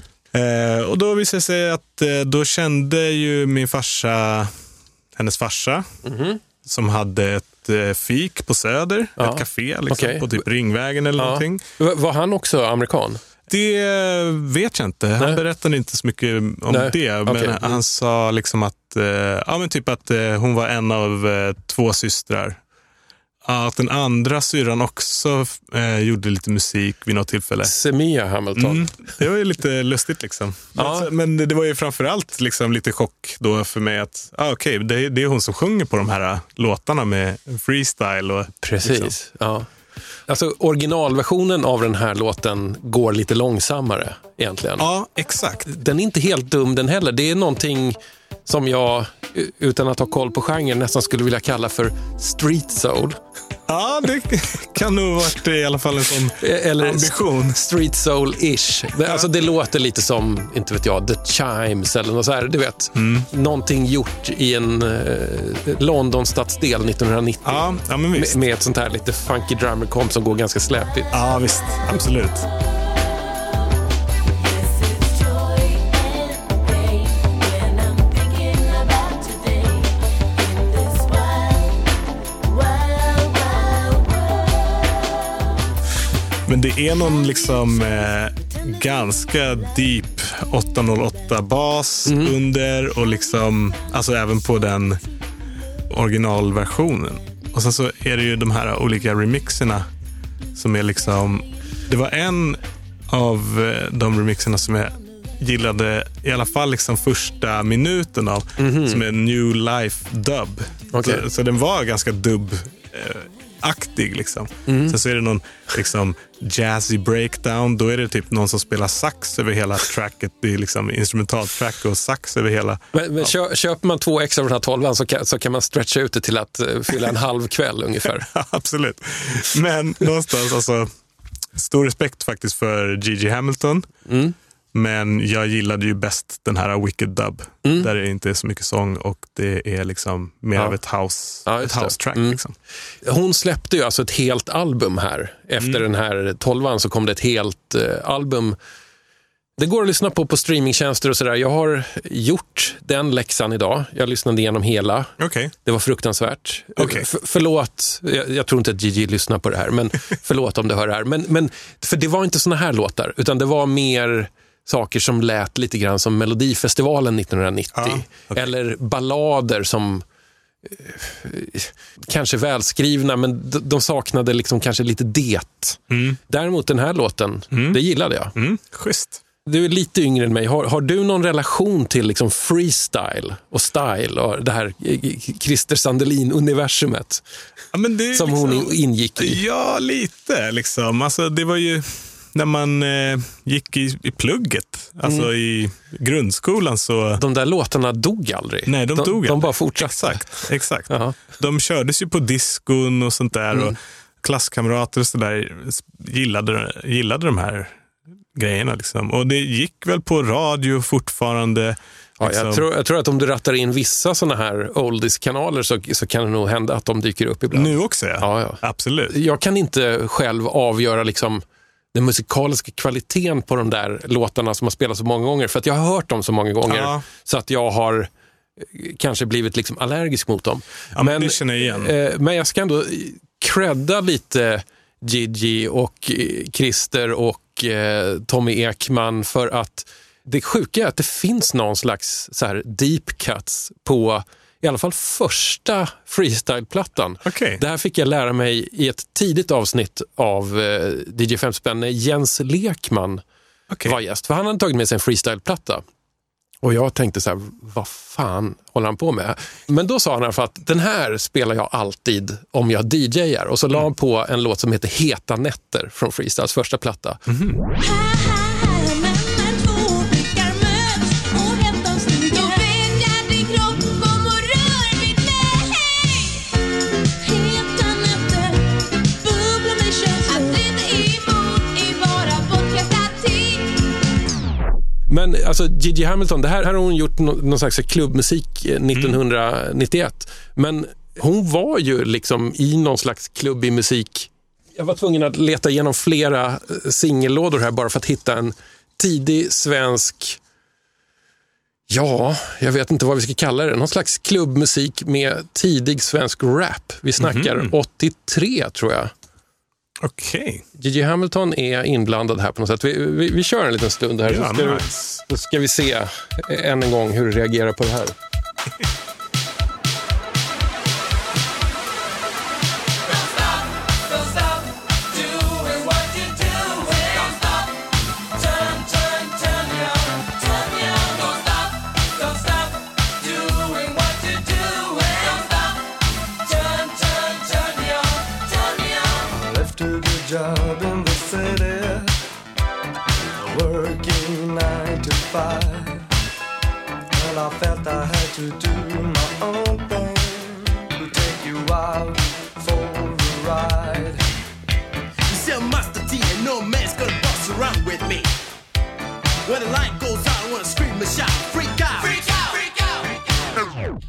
Uh, och då visade det sig att uh, då kände ju min farsa, hennes farsa, mm. som hade ett fik på Söder, ja. Ett café liksom, okay. På typ Ringvägen eller ja. Någonting. Var han också amerikan? Det vet jag inte. Han Nej. Berättade inte så mycket om Nej. Det. Men okay. han sa liksom att, ja, men typ att hon var en av två systrar. Att den andra syran också eh, gjorde lite musik vid något tillfälle. Semia Hamilton. Mm, det var ju lite lustigt liksom. Ja. Men, men det var ju framförallt liksom lite chock då för mig att ah, okej, okay, det, det är hon som sjunger på de här låtarna med freestyle. Och, precis, liksom. Ja. Alltså originalversionen av den här låten går lite långsammare egentligen. Ja, exakt. Den är inte helt dum den heller. Det är någonting som jag, utan att ha koll på genren, nästan skulle vilja kalla för street soul. Ja, det kan nog varit i alla fall en sån eller ambition. Street soul-ish. Det, alltså det låter lite som, inte vet jag, The Chimes eller något så här, du vet. Mm. Någonting gjort i en eh, London-stadsdel nittonhundranittio. Ja, ja, men visst. Med, med ett sånt här lite funky drummer comp som går ganska släpigt. Ja, visst. Absolut. Men det är någon liksom eh, ganska deep åtta noll åtta bas mm. under och liksom, alltså även på den originalversionen. Och sen så är det ju de här olika remixerna som är liksom, det var en av de remixerna som jag gillade i alla fall liksom första minuten av mm-hmm. som är New Life Dub. Okay. Så, så den var ganska dubb eh, aktig liksom. Mm. Sen så är det någon liksom jazzy breakdown, då är det typ någon som spelar sax över hela tracket, det är liksom instrumentaltrack och sax över hela. Men, men ja. Köper man två extra av den här tolvan så kan, så kan man stretcha ut det till att uh, fylla en halv kväll ungefär. Ja, absolut. Men någonstans alltså, stor respekt faktiskt för Gigi Hamilton. Mm. Men jag gillade ju bäst den här Wicked Dub. Mm. Där det inte är så mycket sång och det är liksom mer ja. Av ett house, ja, ett house track. Mm. Liksom. Hon släppte ju alltså ett helt album här. Efter mm. den här tolvan så kom det ett helt uh, album. Det går att lyssna på på streamingtjänster och sådär. Jag har gjort den läxan idag. Jag lyssnade igenom hela. Okay. Det var fruktansvärt. Okay. F- förlåt, jag, jag tror inte att Gigi lyssnar på det här. Men förlåt om du hör det här. Men, men, för det var inte såna här låtar. Utan det var mer saker som lät lite grann som Melodifestivalen nittonhundranittio. Ah, okay. Eller ballader som eh, kanske välskrivna, men d- de saknade liksom kanske lite det. Mm. Däremot den här låten, mm. det gillade jag. Mm. Schysst. Du är lite yngre än mig. Har, har du någon relation till liksom freestyle och style och det här Christer Sandelin-universumet ja, men det som liksom, hon ingick i? Ja, lite liksom. Alltså, det var ju när man eh, gick i, i plugget, alltså mm. i grundskolan så... De där låtarna dog aldrig. Nej, de, de dog De bara fortsatte. Exakt, exakt. Uh-huh. De kördes ju på diskon och sånt där mm. och klasskamrater och sådär gillade, gillade de här grejerna liksom. Och det gick väl på radio fortfarande. Ja, liksom. jag, tror, jag tror att om du rattar in vissa såna här oldies-kanaler så, så kan det nog hända att de dyker upp ibland. Nu också, ja. Ja, ja. Absolut. Jag kan inte själv avgöra liksom den musikaliska kvaliteten på de där låtarna som har spelats så många gånger. För att jag har hört dem så många gånger ja. Så att jag har kanske blivit liksom allergisk mot dem. Ja, men, men det känner jag igen. Eh, men jag ska ändå credda lite Gigi och Christer och eh, Tommy Ekman för att det sjuka är att det finns någon slags så här deep cuts på i alla fall första freestyle-plattan. Okay. Det här fick jag lära mig i ett tidigt avsnitt av eh, D J fem spänn när Jens Lekman okay. var gäst. För han hade tagit med sig en freestyle-platta. Och jag tänkte så här, vad fan håller han på med? Men då sa han i alla fall att den här spelar jag alltid om jag D J:ar. Och så la han på en låt som heter Heta nätter från Freestyles första platta. Mm-hmm. Men alltså Gigi Hamilton, det här har hon gjort någon, någon slags klubbmusik nittonhundranittioett. Mm. Men hon var ju liksom i någon slags klubbig musik. Jag var tvungen att leta igenom flera singellådor här bara för att hitta en tidig svensk, ja, jag vet inte vad vi ska kalla det, någon slags klubbmusik med tidig svensk rap. Vi snackar mm. åttiotre tror jag. Okej. Okay. Gigi Hamilton är inblandad här på något sätt. Vi, vi, vi kör en liten stund här. Ja, så, ska, nice. så ska vi se än en gång hur du reagerar på det här. Job in the city, working nine to five, and I felt I had to do my own thing, to take you out for a ride. You see, I'm Master T and no man's gonna boss around with me. When the light goes out, I wanna scream and shout, freak out, freak out, freak out.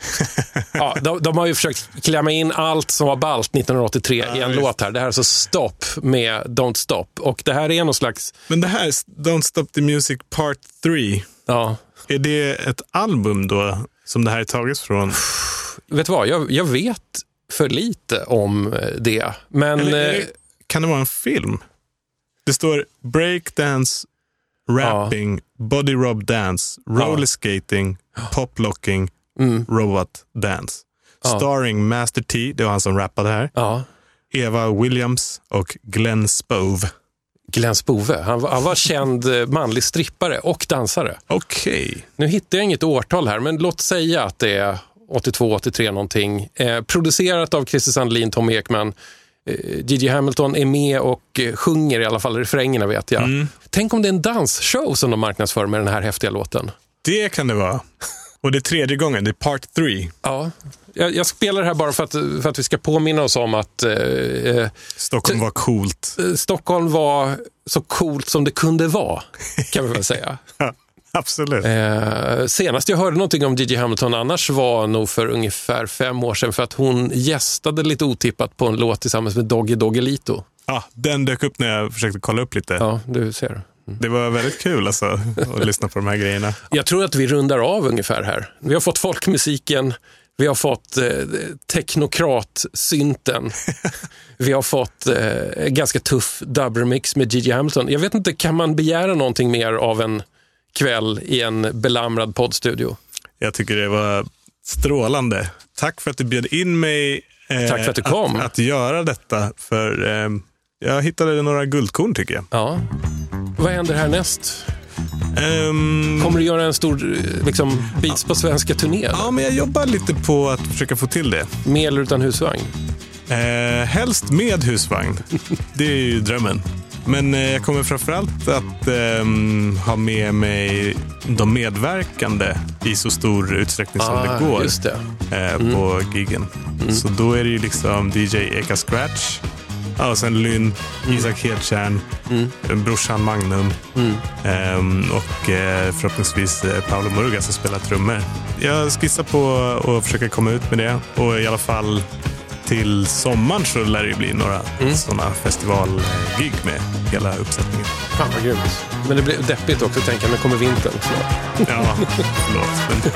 Ja, de, de har ju försökt klämma in allt som var ballt nittonhundraåttiotre ja, i en just. låt här. Det här är alltså Stop med Don't Stop. Och det här är någon slags... Men det här, Don't Stop the Music Part tre. Ja. Är det ett album då som det här är taget från? Vet du vad, jag, jag vet för lite om det. Men... Eller, eller, kan det vara en film? Det står breakdance, rapping, ja. body rob dance, roller skating, ja. poplocking, Mm. Robot Dance. Ja. Starring Master T, det var han som rappade här. Ja. Eva Williams och Glenn Spove. Glenn Spove, han var, han var känd manlig strippare och dansare. Okej. Okay. Nu hittar jag inget årtal här, men låt säga att det är åttiotvå åttiotre någonting. Eh, producerat av Christer Sandelin, Tom Ekman. Eh, Gigi Hamilton är med och eh, sjunger i alla fall refrängerna vet jag. Mm. Tänk om det är en dansshow som de marknadsför med den här häftiga låten. Det kan det vara. Och det är tredje gången, det är part tre. Ja, jag, jag spelar det här bara för att, för att vi ska påminna oss om att... Eh, Stockholm var coolt. Eh, Stockholm var så coolt som det kunde vara, kan vi väl säga. Ja, absolut. Eh, senast jag hörde någonting om Gigi Hamilton annars var nog för ungefär fem år sedan för att hon gästade lite otippat på en låt tillsammans med Doggy Doggelito. Ja, den dök upp när jag försökte kolla upp lite. Ja, du ser. Det var väldigt kul alltså, att lyssna på de här grejerna. Jag tror att vi rundar av ungefär här. Vi har fått folkmusiken, vi har fått eh, teknokrat-synten, vi har fått eh, ganska tuff dubremix med Gigi Hamilton. Jag vet inte, kan man begära någonting mer av en kväll i en belamrad poddstudio? Jag tycker det var strålande. Tack för att du bjöd in mig eh, Tack för att du kom. Att, att göra detta, för eh, jag hittade några guldkorn tycker jag. Ja. Vad händer härnäst? Um, Kommer du göra en stor liksom, Beats på svenska turné? Eller? Ja, men jag jobbar lite på att försöka få till det. Med eller utan husvagn? Eh, helst med husvagn. Det är ju drömmen. Men eh, jag kommer framförallt att eh, ha med mig de medverkande i så stor utsträckning som ah, det går just det. Eh, mm. på giggen. Mm. Så då är det ju liksom D J Eka Scratch, ja, och sen Lynn, mm. Isak Hedtjärn, mm. brorsan Magnum mm. eh, och eh, förhoppningsvis eh, Paolo Murga som spelar trummor. Jag skissar på att försöka komma ut med det, och i alla fall till sommaren så lär det ju bli några mm. sådana festivalgig med hela uppsättningen. Fan vad grymt. Men det blir deppigt också att tänka, men kommer vintern snart? Ja, förlåt. Men...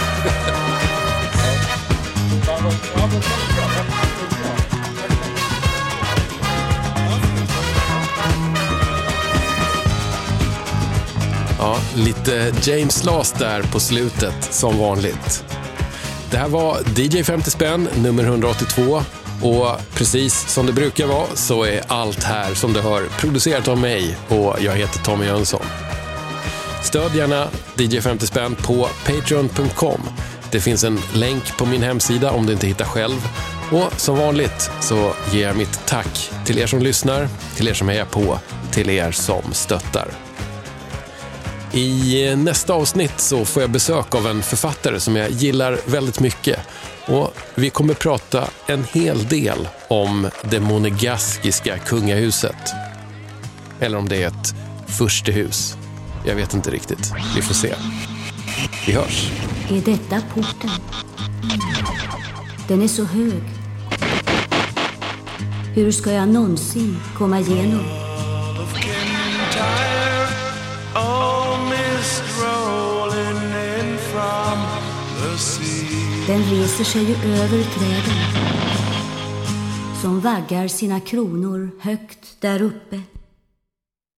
Ja, lite James Last där på slutet som vanligt. Det här var D J femtio spänn nummer hundraåttiotvå, och precis som det brukar vara så är allt här som du hör producerat av mig, och jag heter Tommy Jönsson. Stöd gärna D J femtio spänn på patreon punkt com. Det finns en länk på min hemsida om du inte hittar själv. Och som vanligt så ger jag mitt tack till er som lyssnar, till er som hejar på, till er som stöttar. I nästa avsnitt så får jag besök av en författare som jag gillar väldigt mycket, och vi kommer prata en hel del om det monegaskiska kungahuset. Eller om det är ett furstehus. Jag vet inte riktigt. Vi får se. Vi hörs. Är detta porten? Den är så hög. Hur ska jag någonsin komma igenom? Den reser sig ju över träden som vaggar sina kronor högt där uppe.